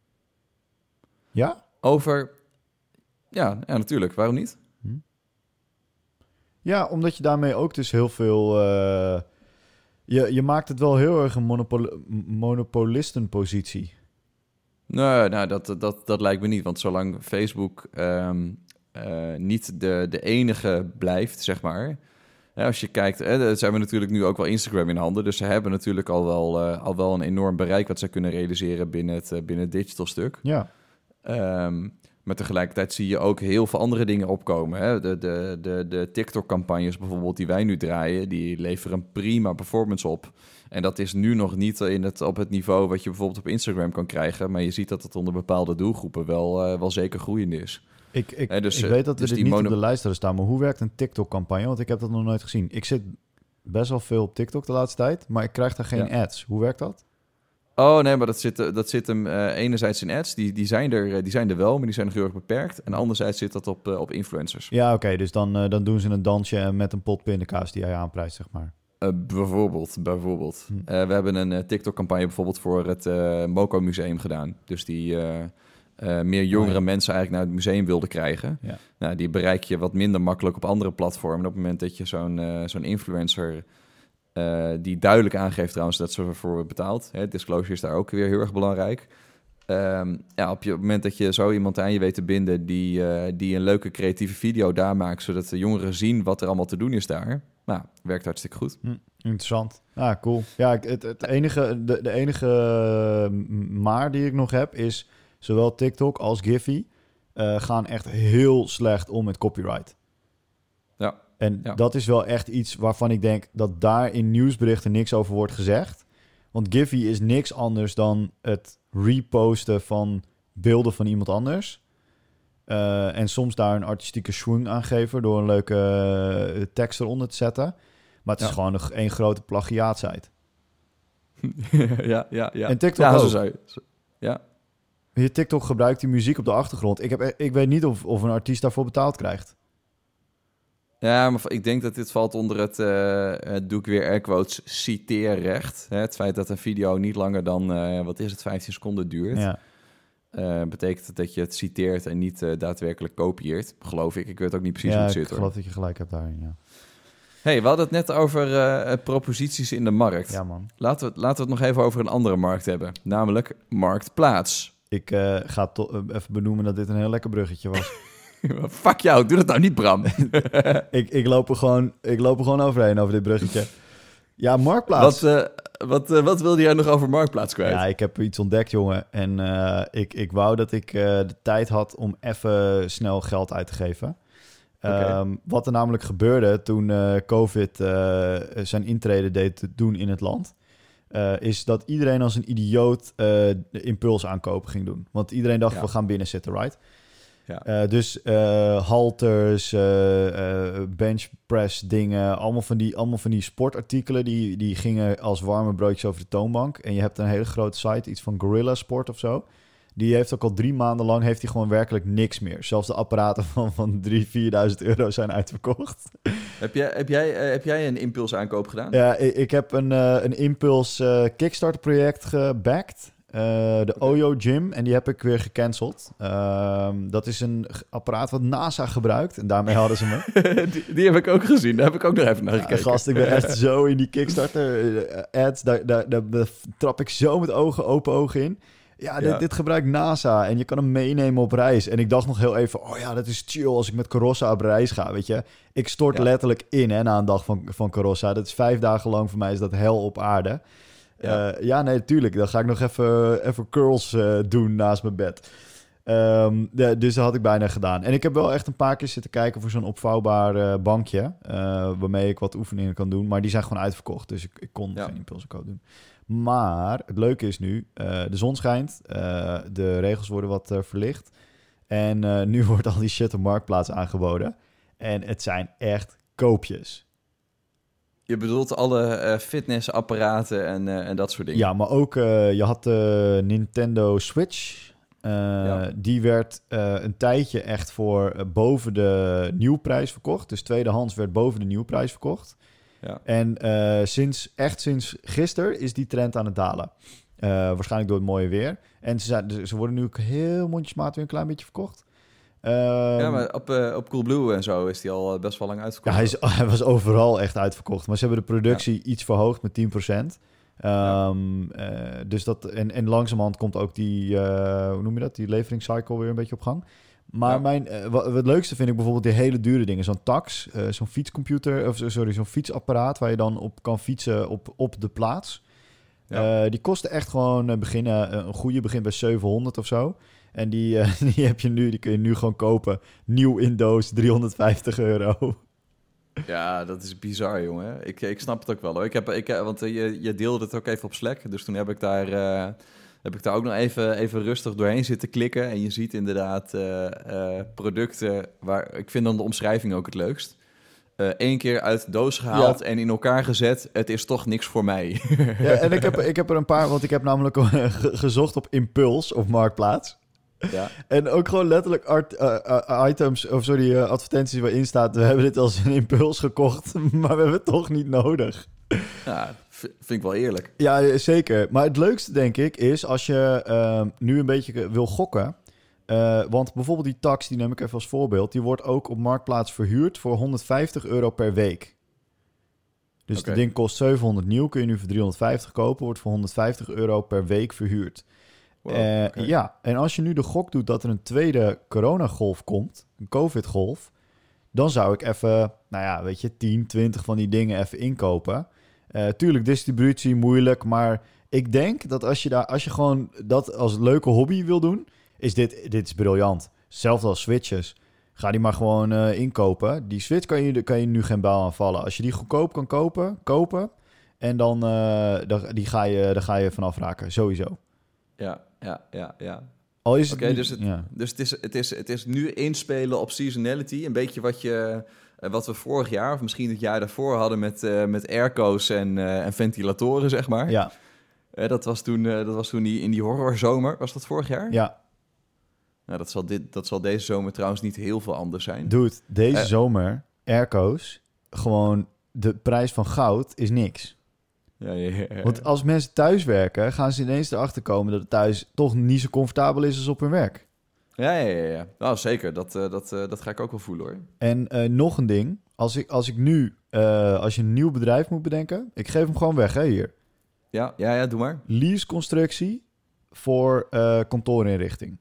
Speaker 1: Ja?
Speaker 2: Over... Ja, ja natuurlijk. Waarom niet?
Speaker 1: Hm. Ja, omdat je daarmee ook dus heel veel... Uh, je, je maakt het wel heel erg een monopol- monopolistenpositie.
Speaker 2: Nee, nou, dat, dat, dat lijkt me niet. Want zolang Facebook um, uh, niet de, de enige blijft, zeg maar... Ja, als je kijkt, hè, ze hebben natuurlijk nu ook wel Instagram in handen. Dus ze hebben natuurlijk al wel, uh, al wel een enorm bereik... wat ze kunnen realiseren binnen het, uh, binnen het digital stuk.
Speaker 1: Ja.
Speaker 2: Um, maar tegelijkertijd zie je ook heel veel andere dingen opkomen. Hè? De, de, de, de TikTok-campagnes bijvoorbeeld die wij nu draaien... die leveren prima performance op. En dat is nu nog niet in het, op het niveau... wat je bijvoorbeeld op Instagram kan krijgen. Maar je ziet dat het onder bepaalde doelgroepen wel, uh, wel zeker groeiend is.
Speaker 1: Ik, ik,
Speaker 2: Hè, dus,
Speaker 1: ik weet dat we
Speaker 2: dus
Speaker 1: dit
Speaker 2: die
Speaker 1: niet
Speaker 2: mono-
Speaker 1: op de lijst hadden staan... maar hoe werkt een TikTok-campagne? Want ik heb dat nog nooit gezien. Ik zit best wel veel op TikTok de laatste tijd... maar ik krijg daar geen
Speaker 2: ja.
Speaker 1: ads. Hoe werkt dat?
Speaker 2: Oh nee, maar dat zit, dat zit hem uh, enerzijds in ads, die, die, zijn er, die zijn er wel, maar die zijn nog heel erg beperkt. En anderzijds zit dat op, uh, op influencers.
Speaker 1: Ja, oké, okay, dus dan, uh, dan doen ze een dansje met een pot pindakaas die jij aanprijst, zeg maar.
Speaker 2: Uh, bijvoorbeeld, bijvoorbeeld.
Speaker 1: Hm.
Speaker 2: Uh, we hebben een uh, TikTok-campagne bijvoorbeeld voor het uh, Moco Museum gedaan. Dus die uh, uh, meer jongere oh, ja. mensen eigenlijk naar het museum wilden krijgen. Ja. Nou, die bereik je wat minder makkelijk op andere platformen. Op het moment dat je zo'n, uh, zo'n influencer... Uh, die duidelijk aangeeft trouwens dat ze ervoor betaalt. Hè, disclosure is daar ook weer heel erg belangrijk. Um, ja, op, je, op het moment dat je zo iemand aan je weet te binden... die, uh, die een leuke creatieve video daar maakt... zodat de jongeren zien wat er allemaal te doen is daar... nou, werkt hartstikke goed.
Speaker 1: Hm, interessant. Ah, cool. Ja, het, het enige, de, de enige maar die ik nog heb is... zowel TikTok als Giphy uh, gaan echt heel slecht om met copyright.
Speaker 2: Ja.
Speaker 1: En
Speaker 2: ja.
Speaker 1: dat is wel echt iets waarvan ik denk dat daar in nieuwsberichten niks over wordt gezegd. Want Giphy is niks anders dan het reposten van beelden van iemand anders. Uh, en soms daar een artistieke swing aan geven door een leuke uh, tekst eronder te zetten. Maar het is ja. gewoon een één grote plagiaatsite.
Speaker 2: ja, ja, ja.
Speaker 1: En TikTok
Speaker 2: ja,
Speaker 1: ook.
Speaker 2: zo zou je, zo, ja.
Speaker 1: Je TikTok gebruikt die muziek op de achtergrond. Ik, heb, ik weet niet of, of een artiest daarvoor betaald krijgt.
Speaker 2: Ja, maar ik denk dat dit valt onder het, uh, het doe ik weer air quotes, citeerrecht. Hè? Het feit dat een video niet langer dan, uh, wat is het, vijftien seconden duurt.
Speaker 1: Ja.
Speaker 2: Uh, betekent dat je het citeert en niet uh, daadwerkelijk kopieert, geloof ik. Ik weet ook niet precies
Speaker 1: ja,
Speaker 2: hoe het zit.
Speaker 1: Ik geloof dat je gelijk hebt daarin, ja.
Speaker 2: Hey, we hadden het net over uh, proposities in de markt.
Speaker 1: Ja, man.
Speaker 2: Laten we, laten we het nog even over een andere markt hebben, namelijk Marktplaats.
Speaker 1: Ik uh, ga to- uh, even benoemen dat dit een heel lekker bruggetje was.
Speaker 2: Fuck jou, doe dat nou niet, Bram.
Speaker 1: ik, ik, loop er gewoon, ik loop er gewoon overheen over dit bruggetje. Ja, Marktplaats.
Speaker 2: Wat, uh, wat, uh, wat wilde jij nog over Marktplaats kwijt?
Speaker 1: Ja, ik heb iets ontdekt, jongen. En uh, ik, ik wou dat ik uh, de tijd had om even snel geld uit te geven. Okay. Um, wat er namelijk gebeurde toen uh, COVID uh, zijn intrede deed te doen in het land... Uh, is dat iedereen als een idioot uh, de impulsaankopen ging doen. Want iedereen dacht, ja. we gaan binnen zitten, right? Ja. Uh, dus uh, halters, uh, uh, benchpress dingen, allemaal van die, allemaal van die sportartikelen... Die, die gingen als warme broodjes over de toonbank. En je hebt een hele grote site, iets van Gorilla Sport of zo... Die heeft ook al drie maanden lang heeft hij gewoon werkelijk niks meer. Zelfs de apparaten van, van drieduizend, vierduizend euro zijn uitverkocht.
Speaker 2: Heb jij, heb jij, uh, heb jij een impulsaankoop gedaan?
Speaker 1: Ja, ik, ik heb een, uh, een impuls uh, Kickstarter project gebacked. Uh, de okay. Oyo Gym. En die heb ik weer gecanceld. Uh, dat is een apparaat wat NASA gebruikt. En daarmee hadden ze me.
Speaker 2: die, die heb ik ook gezien. Daar heb ik ook nog even naar gekeken.
Speaker 1: Ja, gast, ik ben echt zo in die Kickstarter uh, ads. Daar, daar, daar, daar trap ik zo met ogen, open ogen in. Ja, dit, ja. dit gebruikt NASA en je kan hem meenemen op reis. En ik dacht nog heel even, oh ja, dat is chill als ik met Carossa op reis ga, weet je. Ik stort ja. letterlijk in, hè, na een dag van, van Carossa. Dat is vijf dagen lang voor mij, is dat hel op aarde. Ja, uh, ja nee, natuurlijk. Dan ga ik nog even, even curls uh, doen naast mijn bed. Um, de, dus dat had ik bijna gedaan. En ik heb wel echt een paar keer zitten kijken voor zo'n opvouwbaar uh, bankje. Uh, waarmee ik wat oefeningen kan doen. Maar die zijn gewoon uitverkocht, dus ik, ik kon ja. geen impulsenkoop doen. Maar het leuke is nu, uh, de zon schijnt, uh, de regels worden wat uh, verlicht. En uh, nu wordt al die shit op Marktplaats aangeboden. En het zijn echt koopjes.
Speaker 2: Je bedoelt alle uh, fitnessapparaten en, uh, en dat soort dingen?
Speaker 1: Ja, maar ook, uh, je had de Nintendo Switch. Uh, ja. Die werd uh, een tijdje echt voor uh, boven de nieuwprijs verkocht. Dus tweedehands werd boven de nieuwprijs verkocht. Ja. En uh, sinds, echt sinds gisteren is die trend aan het dalen. Uh, waarschijnlijk door het mooie weer. En ze, zijn, ze worden nu ook heel mondjesmaat weer een klein beetje verkocht. Uh,
Speaker 2: ja, maar op, uh, op Coolblue en zo is die al best wel lang uitverkocht.
Speaker 1: Ja, hij, is, hij was overal echt uitverkocht. Maar ze hebben de productie ja. iets verhoogd met tien procent. Um, ja. uh, dus dat, en, en langzamerhand komt ook die, uh, hoe noem je dat? Die leveringscycle weer een beetje op gang. Maar ja. mijn, uh, wat, wat het leukste vind ik bijvoorbeeld die hele dure dingen. Zo'n tax, uh, zo'n fietscomputer, of sorry, zo'n fietsapparaat waar je dan op kan fietsen op, op de plaats. Ja. Uh, die kosten echt gewoon uh, beginnen, uh, een goede begint bij zevenhonderd of zo. En die, uh, die heb je nu, die kun je nu gewoon kopen. Nieuw in doos, driehonderdvijftig euro.
Speaker 2: Ja, dat is bizar, jongen. Ik, ik snap het ook wel, hoor. Ik heb, ik, want uh, je, je deelde het ook even op Slack. Dus toen heb ik daar, uh, heb ik daar ook nog even, even rustig doorheen zitten klikken. En je ziet inderdaad uh, uh, producten waar... Ik vind dan de omschrijving ook het leukst. Eén uh, keer uit de doos gehaald ja. en in elkaar gezet. Het is toch niks voor mij.
Speaker 1: Ja, en ik heb, ik heb er een paar... Want ik heb namelijk gezocht op Impuls op Marktplaats. Ja. En ook gewoon letterlijk art, uh, uh, items, of sorry, uh, advertenties waarin staat... we hebben dit als een impuls gekocht, maar we hebben het toch niet nodig.
Speaker 2: Ja, vind ik wel eerlijk.
Speaker 1: Ja, zeker. Maar het leukste, denk ik, is als je uh, nu een beetje wil gokken... Uh, want bijvoorbeeld die tax, die neem ik even als voorbeeld... die wordt ook op Marktplaats verhuurd voor honderdvijftig euro per week. Dus okay. Het ding kost zevenhonderd nieuw, kun je nu voor driehonderdvijftig kopen... wordt voor honderdvijftig euro per week verhuurd. Wow, uh, okay. Ja, en als je nu de gok doet dat er een tweede coronagolf komt, een COVID-golf, dan zou ik even, nou ja, weet je, tien, twintig van die dingen even inkopen. Uh, tuurlijk, distributie moeilijk, maar ik denk dat als je daar, als je gewoon dat als leuke hobby wil doen, is dit, dit is briljant. Hetzelfde als switches. Ga die maar gewoon uh, inkopen. Die switch kan je, kan je nu geen bal aan vallen. Als je die goedkoop kan kopen, kopen, en dan, uh, dan, die ga je, dan ga je vanaf raken, sowieso.
Speaker 2: Ja, ja, ja, ja.
Speaker 1: Al is
Speaker 2: Oké,
Speaker 1: het
Speaker 2: dus, het,
Speaker 1: ja.
Speaker 2: dus het, is, het, is, het is nu inspelen op seasonality. Een beetje wat, je, wat we vorig jaar, of misschien het jaar daarvoor hadden met, uh, met airco's en, uh, en ventilatoren, zeg maar.
Speaker 1: Ja.
Speaker 2: Uh, dat was toen, uh, dat was toen die, in die horrorzomer. Was dat vorig jaar?
Speaker 1: Ja.
Speaker 2: Nou, dat, zal dit, dat zal deze zomer trouwens niet heel veel anders zijn.
Speaker 1: Dude, deze
Speaker 2: Uh,
Speaker 1: zomer, airco's, gewoon de prijs van goud is niks.
Speaker 2: Ja, ja, ja, ja.
Speaker 1: Want als mensen thuis werken, gaan ze ineens erachter komen dat het thuis toch niet zo comfortabel is als op hun werk.
Speaker 2: Ja, ja, ja. ja. Nou, zeker. Dat, uh, dat, uh, dat ga ik ook wel voelen, hoor.
Speaker 1: En uh, nog een ding. Als ik, als ik nu, uh, als je een nieuw bedrijf moet bedenken, ik geef hem gewoon weg, hè, hier.
Speaker 2: Ja, ja, ja, doe maar.
Speaker 1: Leaseconstructie voor uh, kantoorinrichting.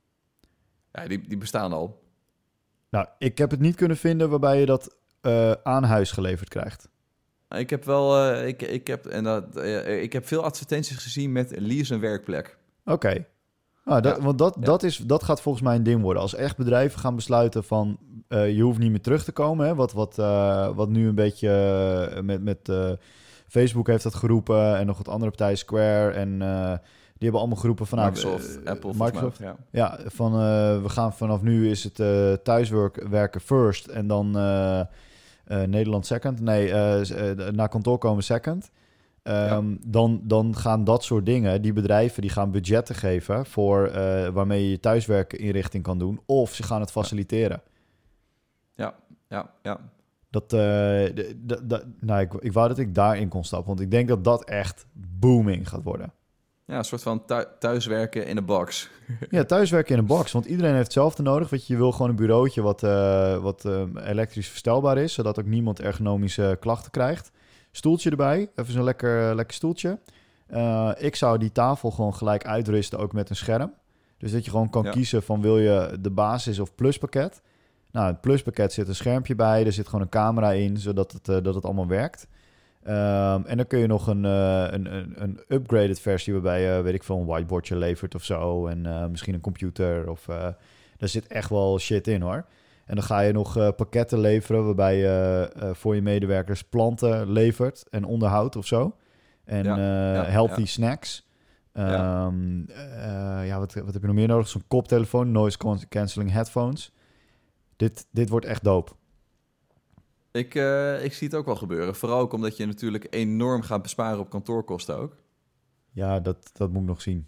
Speaker 2: Ja, die, die bestaan al.
Speaker 1: Nou, ik heb het niet kunnen vinden waarbij je dat uh, aan huis geleverd krijgt.
Speaker 2: Ik heb wel, uh, ik, ik, heb, en dat, uh, ik heb veel advertenties gezien met lease een werkplek.
Speaker 1: Oké. Okay. Ah, dat,
Speaker 2: ja.
Speaker 1: Want dat,
Speaker 2: ja.
Speaker 1: dat, is, dat gaat volgens mij een ding worden. Als echt bedrijven gaan besluiten van uh, je hoeft niet meer terug te komen. Hè? Wat, wat, uh, wat nu een beetje uh, met, met uh, Facebook heeft dat geroepen en nog wat andere partijen, Square en uh, die hebben allemaal geroepen van
Speaker 2: Microsoft,
Speaker 1: uh,
Speaker 2: Apple,
Speaker 1: Microsoft.
Speaker 2: Mij, ja.
Speaker 1: ja, van uh, we gaan vanaf nu is het uh, thuiswerken first en dan uh, uh, Nederland second. Nee, uh, uh, naar kantoor komen second. Um, ja. dan, dan gaan dat soort dingen, die bedrijven, die gaan budgetten geven voor uh, waarmee je je thuiswerkinrichting kan doen. Of ze gaan het faciliteren.
Speaker 2: Ja, ja, ja.
Speaker 1: Dat, uh, de, de, de, nou, ik, ik wou dat ik daarin kon stappen, want ik denk dat dat echt booming gaat worden.
Speaker 2: Ja, een soort van thu- thuiswerken in een box.
Speaker 1: Ja, thuiswerken in een box, want iedereen heeft hetzelfde nodig. Weet je, je wil gewoon een bureautje wat, uh, wat uh, elektrisch verstelbaar is, zodat ook niemand ergonomische klachten krijgt. Stoeltje erbij, even zo'n lekker, lekker stoeltje. Uh, ik zou die tafel gewoon gelijk uitrusten, ook met een scherm. Dus dat je gewoon kan ja. kiezen van wil je de basis of pluspakket. Nou, het pluspakket zit een schermpje bij, er zit gewoon een camera in, zodat het, uh, dat het allemaal werkt. Um, en dan kun je nog een, uh, een, een, een upgraded versie waarbij je, weet ik veel, een whiteboardje levert of zo. En uh, misschien een computer of... Uh, daar zit echt wel shit in, hoor. En dan ga je nog uh, pakketten leveren waarbij je uh, voor je medewerkers planten levert en onderhoudt of zo. En ja, uh, ja, healthy ja. snacks. Um, ja, uh, ja wat, wat heb je nog meer nodig? Zo'n koptelefoon, noise cancelling headphones. Dit, dit wordt echt dope.
Speaker 2: Ik, uh, ik zie het ook wel gebeuren. Vooral ook omdat je natuurlijk enorm gaat besparen op kantoorkosten ook.
Speaker 1: Ja, dat, dat moet ik nog zien.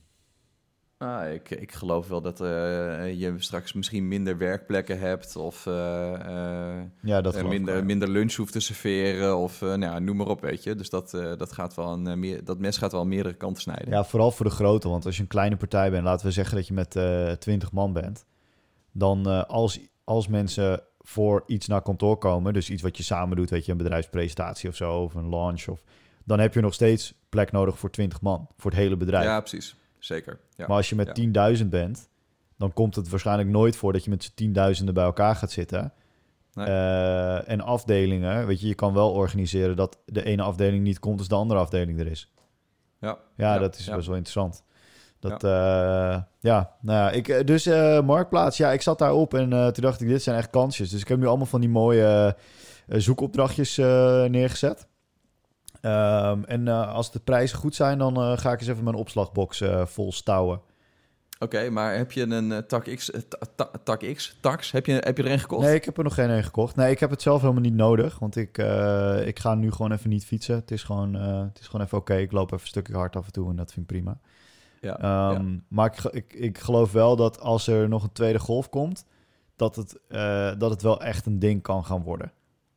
Speaker 2: Ah, ik, ik geloof wel dat uh, je straks misschien minder werkplekken hebt of uh, uh,
Speaker 1: ja, dat
Speaker 2: uh, minder, wel, ja. minder lunch hoeft te serveren of uh, nou ja, noem maar op, weet je. Dus dat, uh, dat, gaat wel een, uh, meer, dat mes gaat wel aan meerdere kanten snijden.
Speaker 1: Ja, vooral voor de grote, want als je een kleine partij bent, laten we zeggen dat je met uh, twintig man bent, dan uh, als, als mensen voor iets naar kantoor komen, dus iets wat je samen doet, weet je, een bedrijfspresentatie of zo, of een launch, of, dan heb je nog steeds plek nodig voor twintig man, voor het hele bedrijf.
Speaker 2: Ja, precies. Zeker. Ja.
Speaker 1: Maar als je met ja. tienduizend bent, dan komt het waarschijnlijk nooit voor dat je met z'n tienduizenden bij elkaar gaat zitten. Nee. Uh, en afdelingen, weet je, je kan wel organiseren dat de ene afdeling niet komt als de andere afdeling er is.
Speaker 2: Ja,
Speaker 1: ja, ja dat is ja. best wel interessant. Dat, ja, uh, ja nou ja, ik, dus uh, Marktplaats, ja, ik zat daarop en uh, toen dacht ik, dit zijn echt kansjes. Dus ik heb nu allemaal van die mooie uh, zoekopdrachtjes uh, neergezet. Um, en uh, als de prijzen goed zijn, dan uh, ga ik eens even mijn opslagbox uh, vol stouwen.
Speaker 2: Oké, okay, maar heb je een uh, tak X, uh, ta- tak X, tax, heb je, heb je er een gekocht?
Speaker 1: Nee, ik heb er nog geen een gekocht. Nee, ik heb het zelf helemaal niet nodig, want ik, uh, ik ga nu gewoon even niet fietsen. Het is gewoon, uh, het is gewoon even oké. Okay. Ik loop even een stukje hard af en toe en dat vind ik prima. Ja, um, ja. Maar ik, ik, ik geloof wel dat als er nog een tweede golf komt, dat het, uh, dat het wel echt een ding kan gaan worden.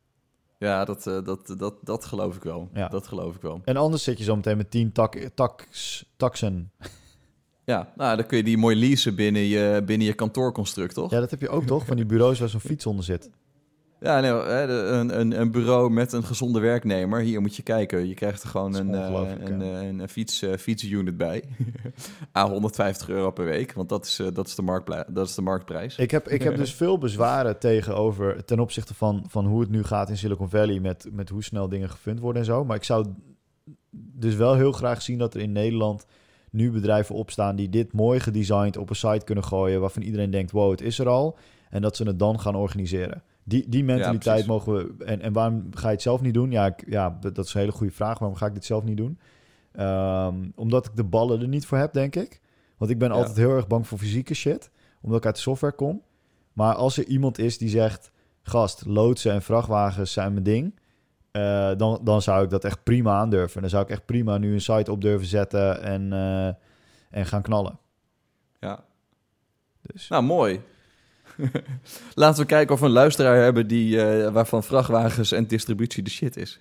Speaker 2: Ja, dat, uh, dat, dat, dat geloof ik wel. Ja. Dat geloof ik wel.
Speaker 1: En anders zit je zo meteen met tien tak, tax, taxen.
Speaker 2: Ja, nou, dan kun je die mooi leasen binnen je, binnen je kantoorconstruct, toch?
Speaker 1: Ja, dat heb je ook, toch? Van die bureaus waar zo'n fiets onder zit.
Speaker 2: Ja, nee, een, een, een bureau met een gezonde werknemer. Hier moet je kijken. Je krijgt er gewoon een, uh, een, een, een fiets, uh, fietsunit bij. A honderdvijftig euro per week. Want dat is, uh, dat is, de, marktpla- dat is de marktprijs.
Speaker 1: Ik heb, ik heb dus veel bezwaren tegenover... ten opzichte van, van hoe het nu gaat in Silicon Valley... Met, met hoe snel dingen gefund worden en zo. Maar ik zou dus wel heel graag zien dat er in Nederland... nu bedrijven opstaan die dit mooi gedesigned op een site kunnen gooien... waarvan iedereen denkt, wow, het is er al. En dat ze het dan gaan organiseren. Die, die mentaliteit ja, mogen we... En, en waarom ga je het zelf niet doen? Ja, ik, ja, dat is een hele goede vraag. Waarom ga ik dit zelf niet doen? Um, omdat ik de ballen er niet voor heb, denk ik. Want ik ben ja. altijd heel erg bang voor fysieke shit. Omdat ik uit de software kom. Maar als er iemand is die zegt... Gast, loodsen en vrachtwagens zijn mijn ding... Uh, dan, dan zou ik dat echt prima aandurven. Dan zou ik echt prima nu een site op durven zetten... en, uh, en gaan knallen.
Speaker 2: Ja.
Speaker 1: Dus.
Speaker 2: Nou, mooi. Laten we kijken of we een luisteraar hebben die, uh, waarvan vrachtwagens en distributie de shit is.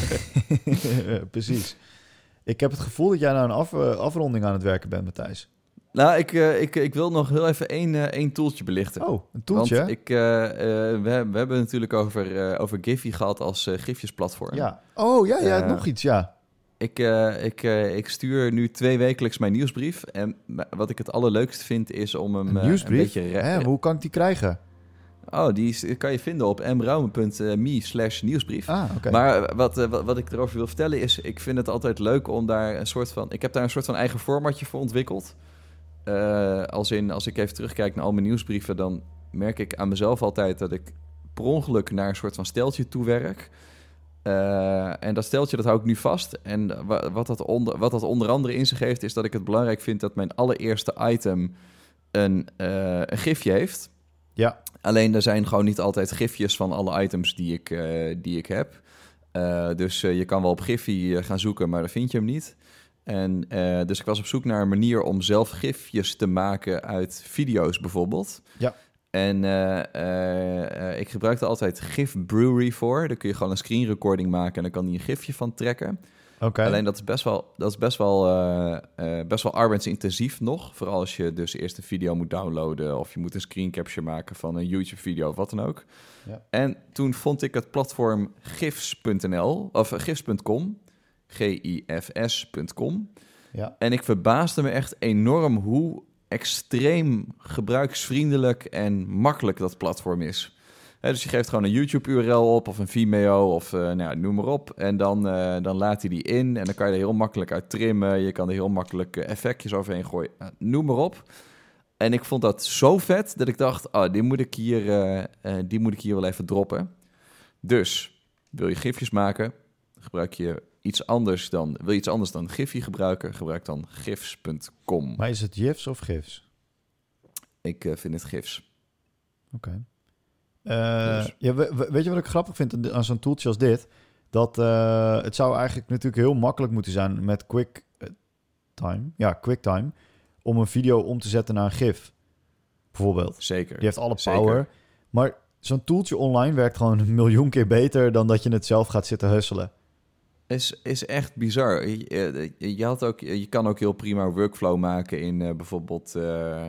Speaker 1: Precies. Ik heb het gevoel dat jij nou een af, uh, afronding aan het werken bent, Matthijs.
Speaker 2: Nou, ik, uh, ik, ik wil nog heel even één, uh, één toeltje belichten.
Speaker 1: Oh, een toeltje?
Speaker 2: Want ik, uh, uh, we, we hebben het natuurlijk over, uh, over Giphy gehad als uh, gifjesplatform.
Speaker 1: Ja. Oh, ja, ja,
Speaker 2: Uh,
Speaker 1: nog iets, ja.
Speaker 2: Ik, uh, ik, uh, ik stuur nu twee wekelijks mijn nieuwsbrief. En wat ik het allerleukste vind is om hem
Speaker 1: Een
Speaker 2: uh,
Speaker 1: nieuwsbrief?
Speaker 2: een beetje... Re-
Speaker 1: Hè, hoe kan ik die krijgen?
Speaker 2: Oh, die is, kan je vinden op m raume punt me slash nieuwsbrief.
Speaker 1: Ah, oké. Okay.
Speaker 2: Maar wat, uh, wat, wat ik erover wil vertellen is... ik vind het altijd leuk om daar een soort van... ik heb daar een soort van eigen formatje voor ontwikkeld. Uh, als in, als ik even terugkijk naar al mijn nieuwsbrieven... dan merk ik aan mezelf altijd dat ik per ongeluk naar een soort van steltje toe werk... Uh, en dat steltje, dat hou ik nu vast. En wat dat, onder, wat dat onder andere in zich heeft... is dat ik het belangrijk vind dat mijn allereerste item een, uh, een gifje heeft.
Speaker 1: Ja.
Speaker 2: Alleen er zijn gewoon niet altijd gifjes van alle items die ik, uh, die ik heb. Uh, dus uh, je kan wel op Giphy gaan zoeken, maar dan vind je hem niet. En uh, dus ik was op zoek naar een manier om zelf gifjes te maken uit video's bijvoorbeeld.
Speaker 1: Ja.
Speaker 2: En uh, uh, uh, ik gebruikte altijd GIF Brewery voor. Daar kun je gewoon een screen recording maken en dan kan hij een gifje van trekken.
Speaker 1: Okay.
Speaker 2: Alleen dat is best wel, dat is best wel, uh, uh, best wel arbeidsintensief nog. Vooral als je dus eerst een video moet downloaden... of je moet een screen capture maken van een YouTube-video of wat dan ook.
Speaker 1: Ja.
Speaker 2: En toen vond ik het platform gifs punt n l of gifs punt com, G I F S punt com.
Speaker 1: Ja.
Speaker 2: En ik verbaasde me echt enorm hoe extreem gebruiksvriendelijk en makkelijk dat platform is. He, dus je geeft gewoon een YouTube-U R L op of een Vimeo of uh, nou, noem maar op. En dan, uh, dan laat hij die in en dan kan je er heel makkelijk uit trimmen. Je kan er heel makkelijk uh, effectjes overheen gooien. Nou, noem maar op. En ik vond dat zo vet dat ik dacht, oh, die, moet ik hier, uh, uh, die moet ik hier wel even droppen. Dus, wil je gifjes maken, gebruik je iets anders dan... Wil je iets anders dan Giphy gebruiken, gebruik dan gifs punt com.
Speaker 1: Maar is het GIFs of GIFs?
Speaker 2: Ik uh, vind het gifs.
Speaker 1: Oké. Okay. Uh, dus. ja, we, weet je wat ik grappig vind aan zo'n tooltje als dit? Dat uh, het zou eigenlijk natuurlijk heel makkelijk moeten zijn met QuickTime. Ja, QuickTime. Om een video om te zetten naar een GIF. Bijvoorbeeld.
Speaker 2: Zeker.
Speaker 1: Die heeft alle
Speaker 2: Zeker.
Speaker 1: power. Maar zo'n tooltje online werkt gewoon een miljoen keer beter dan dat je het zelf gaat zitten husselen.
Speaker 2: Is, is echt bizar. Je, je, had ook, je kan ook heel prima workflow maken in uh, bijvoorbeeld... Uh,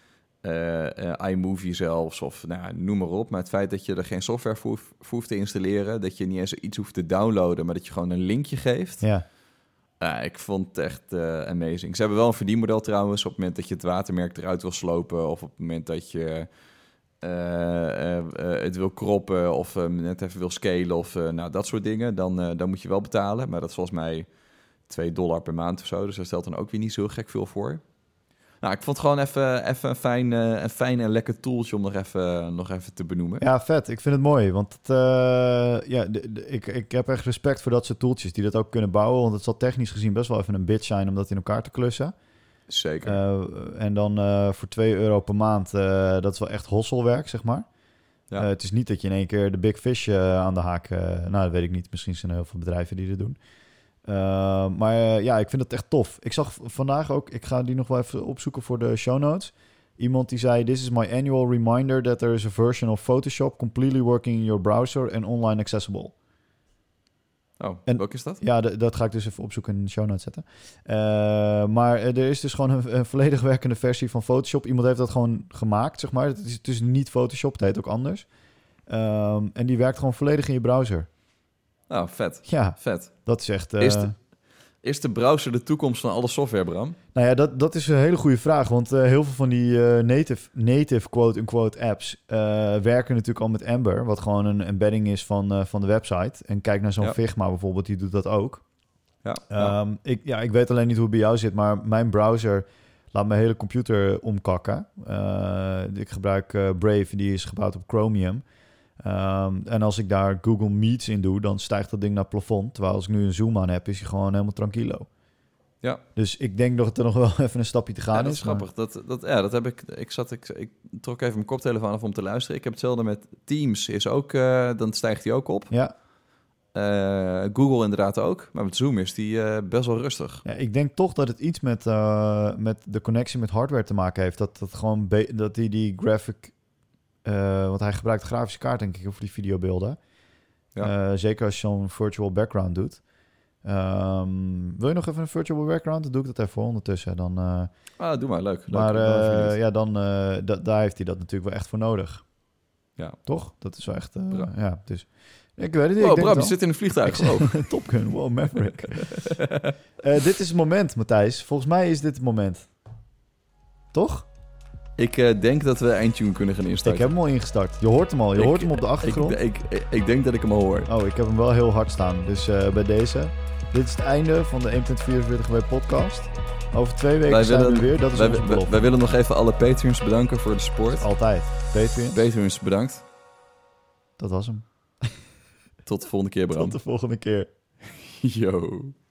Speaker 2: Uh, uh, iMovie zelfs, of nou, noem maar op. Maar het feit dat je er geen software voor, voor hoeft te installeren... dat je niet eens iets hoeft te downloaden... maar dat je gewoon een linkje geeft...
Speaker 1: Ja.
Speaker 2: Uh, ik vond het echt uh, amazing. Ze hebben wel een verdienmodel trouwens... op het moment dat je het watermerk eruit wil slopen... of op het moment dat je uh, uh, uh, het wil kroppen... of uh, net even wil scalen of uh, nou, dat soort dingen... Dan, uh, dan moet je wel betalen. Maar dat is volgens mij twee dollar per maand of zo... dus daar stelt dan ook weer niet zo gek veel voor... Nou, ik vond het gewoon even, even een, fijn, uh, een fijn en lekker tooltje om nog even, nog even te benoemen.
Speaker 1: Ja, vet. Ik vind het mooi. Want het, uh, ja, de, de, ik, ik heb echt respect voor dat soort tooltjes die dat ook kunnen bouwen. Want het zal technisch gezien best wel even een bitch zijn om dat in elkaar te klussen.
Speaker 2: Zeker.
Speaker 1: Uh, en dan uh, voor twee euro per maand, uh, dat is wel echt hosselwerk, zeg maar. Ja. Uh, het is niet dat je in één keer de big fish uh, aan de haak... Uh, nou, dat weet ik niet. Misschien zijn er heel veel bedrijven die dat doen. Uh, maar uh, ja, ik vind het echt tof. Ik zag vandaag ook, ik ga die nog wel even opzoeken voor de show notes. Iemand die zei, this is my annual reminder that there is a version of Photoshop completely working in your browser and online accessible.
Speaker 2: Oh, en welke is dat?
Speaker 1: Ja, d- dat ga ik dus even opzoeken en in de show notes zetten. Uh, maar er is dus gewoon een, een volledig werkende versie van Photoshop. Iemand heeft dat gewoon gemaakt, zeg maar. Het is dus niet Photoshop, het heet ook anders. Um, en die werkt gewoon volledig in je browser.
Speaker 2: Oh, vet.
Speaker 1: Ja,
Speaker 2: vet.
Speaker 1: Dat is echt... Uh...
Speaker 2: Is, de, is de browser de toekomst van alle software, Bram?
Speaker 1: Nou ja, dat, dat is een hele goede vraag. Want uh, heel veel van die uh, native, native quote-unquote apps... Uh, werken natuurlijk al met Ember... wat gewoon een embedding is van, uh, van de website. En kijk naar zo'n ja. Figma bijvoorbeeld, die doet dat ook.
Speaker 2: Ja,
Speaker 1: um,
Speaker 2: ja.
Speaker 1: Ik, ja, ik weet alleen niet hoe het bij jou zit... maar mijn browser laat mijn hele computer omkakken. Uh, ik gebruik uh, Brave, die is gebouwd op Chromium... Um, en als ik daar Google Meets in doe, dan stijgt dat ding naar het plafond. Terwijl als ik nu een Zoom aan heb, is hij gewoon helemaal tranquilo.
Speaker 2: Ja.
Speaker 1: Dus ik denk dat er nog wel even een stapje te gaan
Speaker 2: ja, dat
Speaker 1: is.
Speaker 2: is grappig. Maar... Dat, dat, ja, dat heb ik. Ik zat, ik, ik trok even mijn koptelefoon af om te luisteren. Ik heb hetzelfde met Teams. Is ook, uh, dan stijgt hij ook op.
Speaker 1: Ja.
Speaker 2: Uh, Google inderdaad ook. Maar met Zoom is die uh, best wel rustig.
Speaker 1: Ja, ik denk toch dat het iets met, uh, met de connectie met hardware te maken heeft. Dat, dat gewoon be- dat die, die graphic... Uh, want hij gebruikt grafische kaart, denk ik, voor die videobeelden. Ja. Uh, zeker als je zo'n virtual background doet. Um, wil je nog even een virtual background? Dan doe ik dat even ondertussen. Dan, uh,
Speaker 2: ah, doe maar, leuk. leuk.
Speaker 1: Maar uh, ja, dan, uh, da- daar heeft hij dat natuurlijk wel echt voor nodig.
Speaker 2: Ja.
Speaker 1: Toch? Dat is wel echt... Uh, ja. ja, dus... Ik weet het niet.
Speaker 2: Wow,
Speaker 1: ik denk
Speaker 2: Bram, je zit in een vliegtuig. Oh.
Speaker 1: Top Gun, wow, Maverick. uh, dit is het moment, Matthijs. Volgens mij is dit het moment. Toch?
Speaker 2: Ik uh, denk dat we eindtune kunnen gaan instarten.
Speaker 1: Ik heb hem al ingestart. Je hoort hem al. Je ik, hoort hem op de achtergrond.
Speaker 2: Ik, ik, ik, ik denk dat ik hem al hoor.
Speaker 1: Oh, ik heb hem wel heel hard staan. Dus uh, bij deze. Dit is het einde van de één komma vierenveertig W podcast. Over twee weken wij zijn willen, we weer. Dat is
Speaker 2: wij,
Speaker 1: onze
Speaker 2: wij, wij willen nog even alle Patreons bedanken voor de support.
Speaker 1: Altijd. Patreons.
Speaker 2: Patreons bedankt.
Speaker 1: Dat was hem.
Speaker 2: Tot de volgende keer, Bram.
Speaker 1: Tot de volgende keer.
Speaker 2: Yo.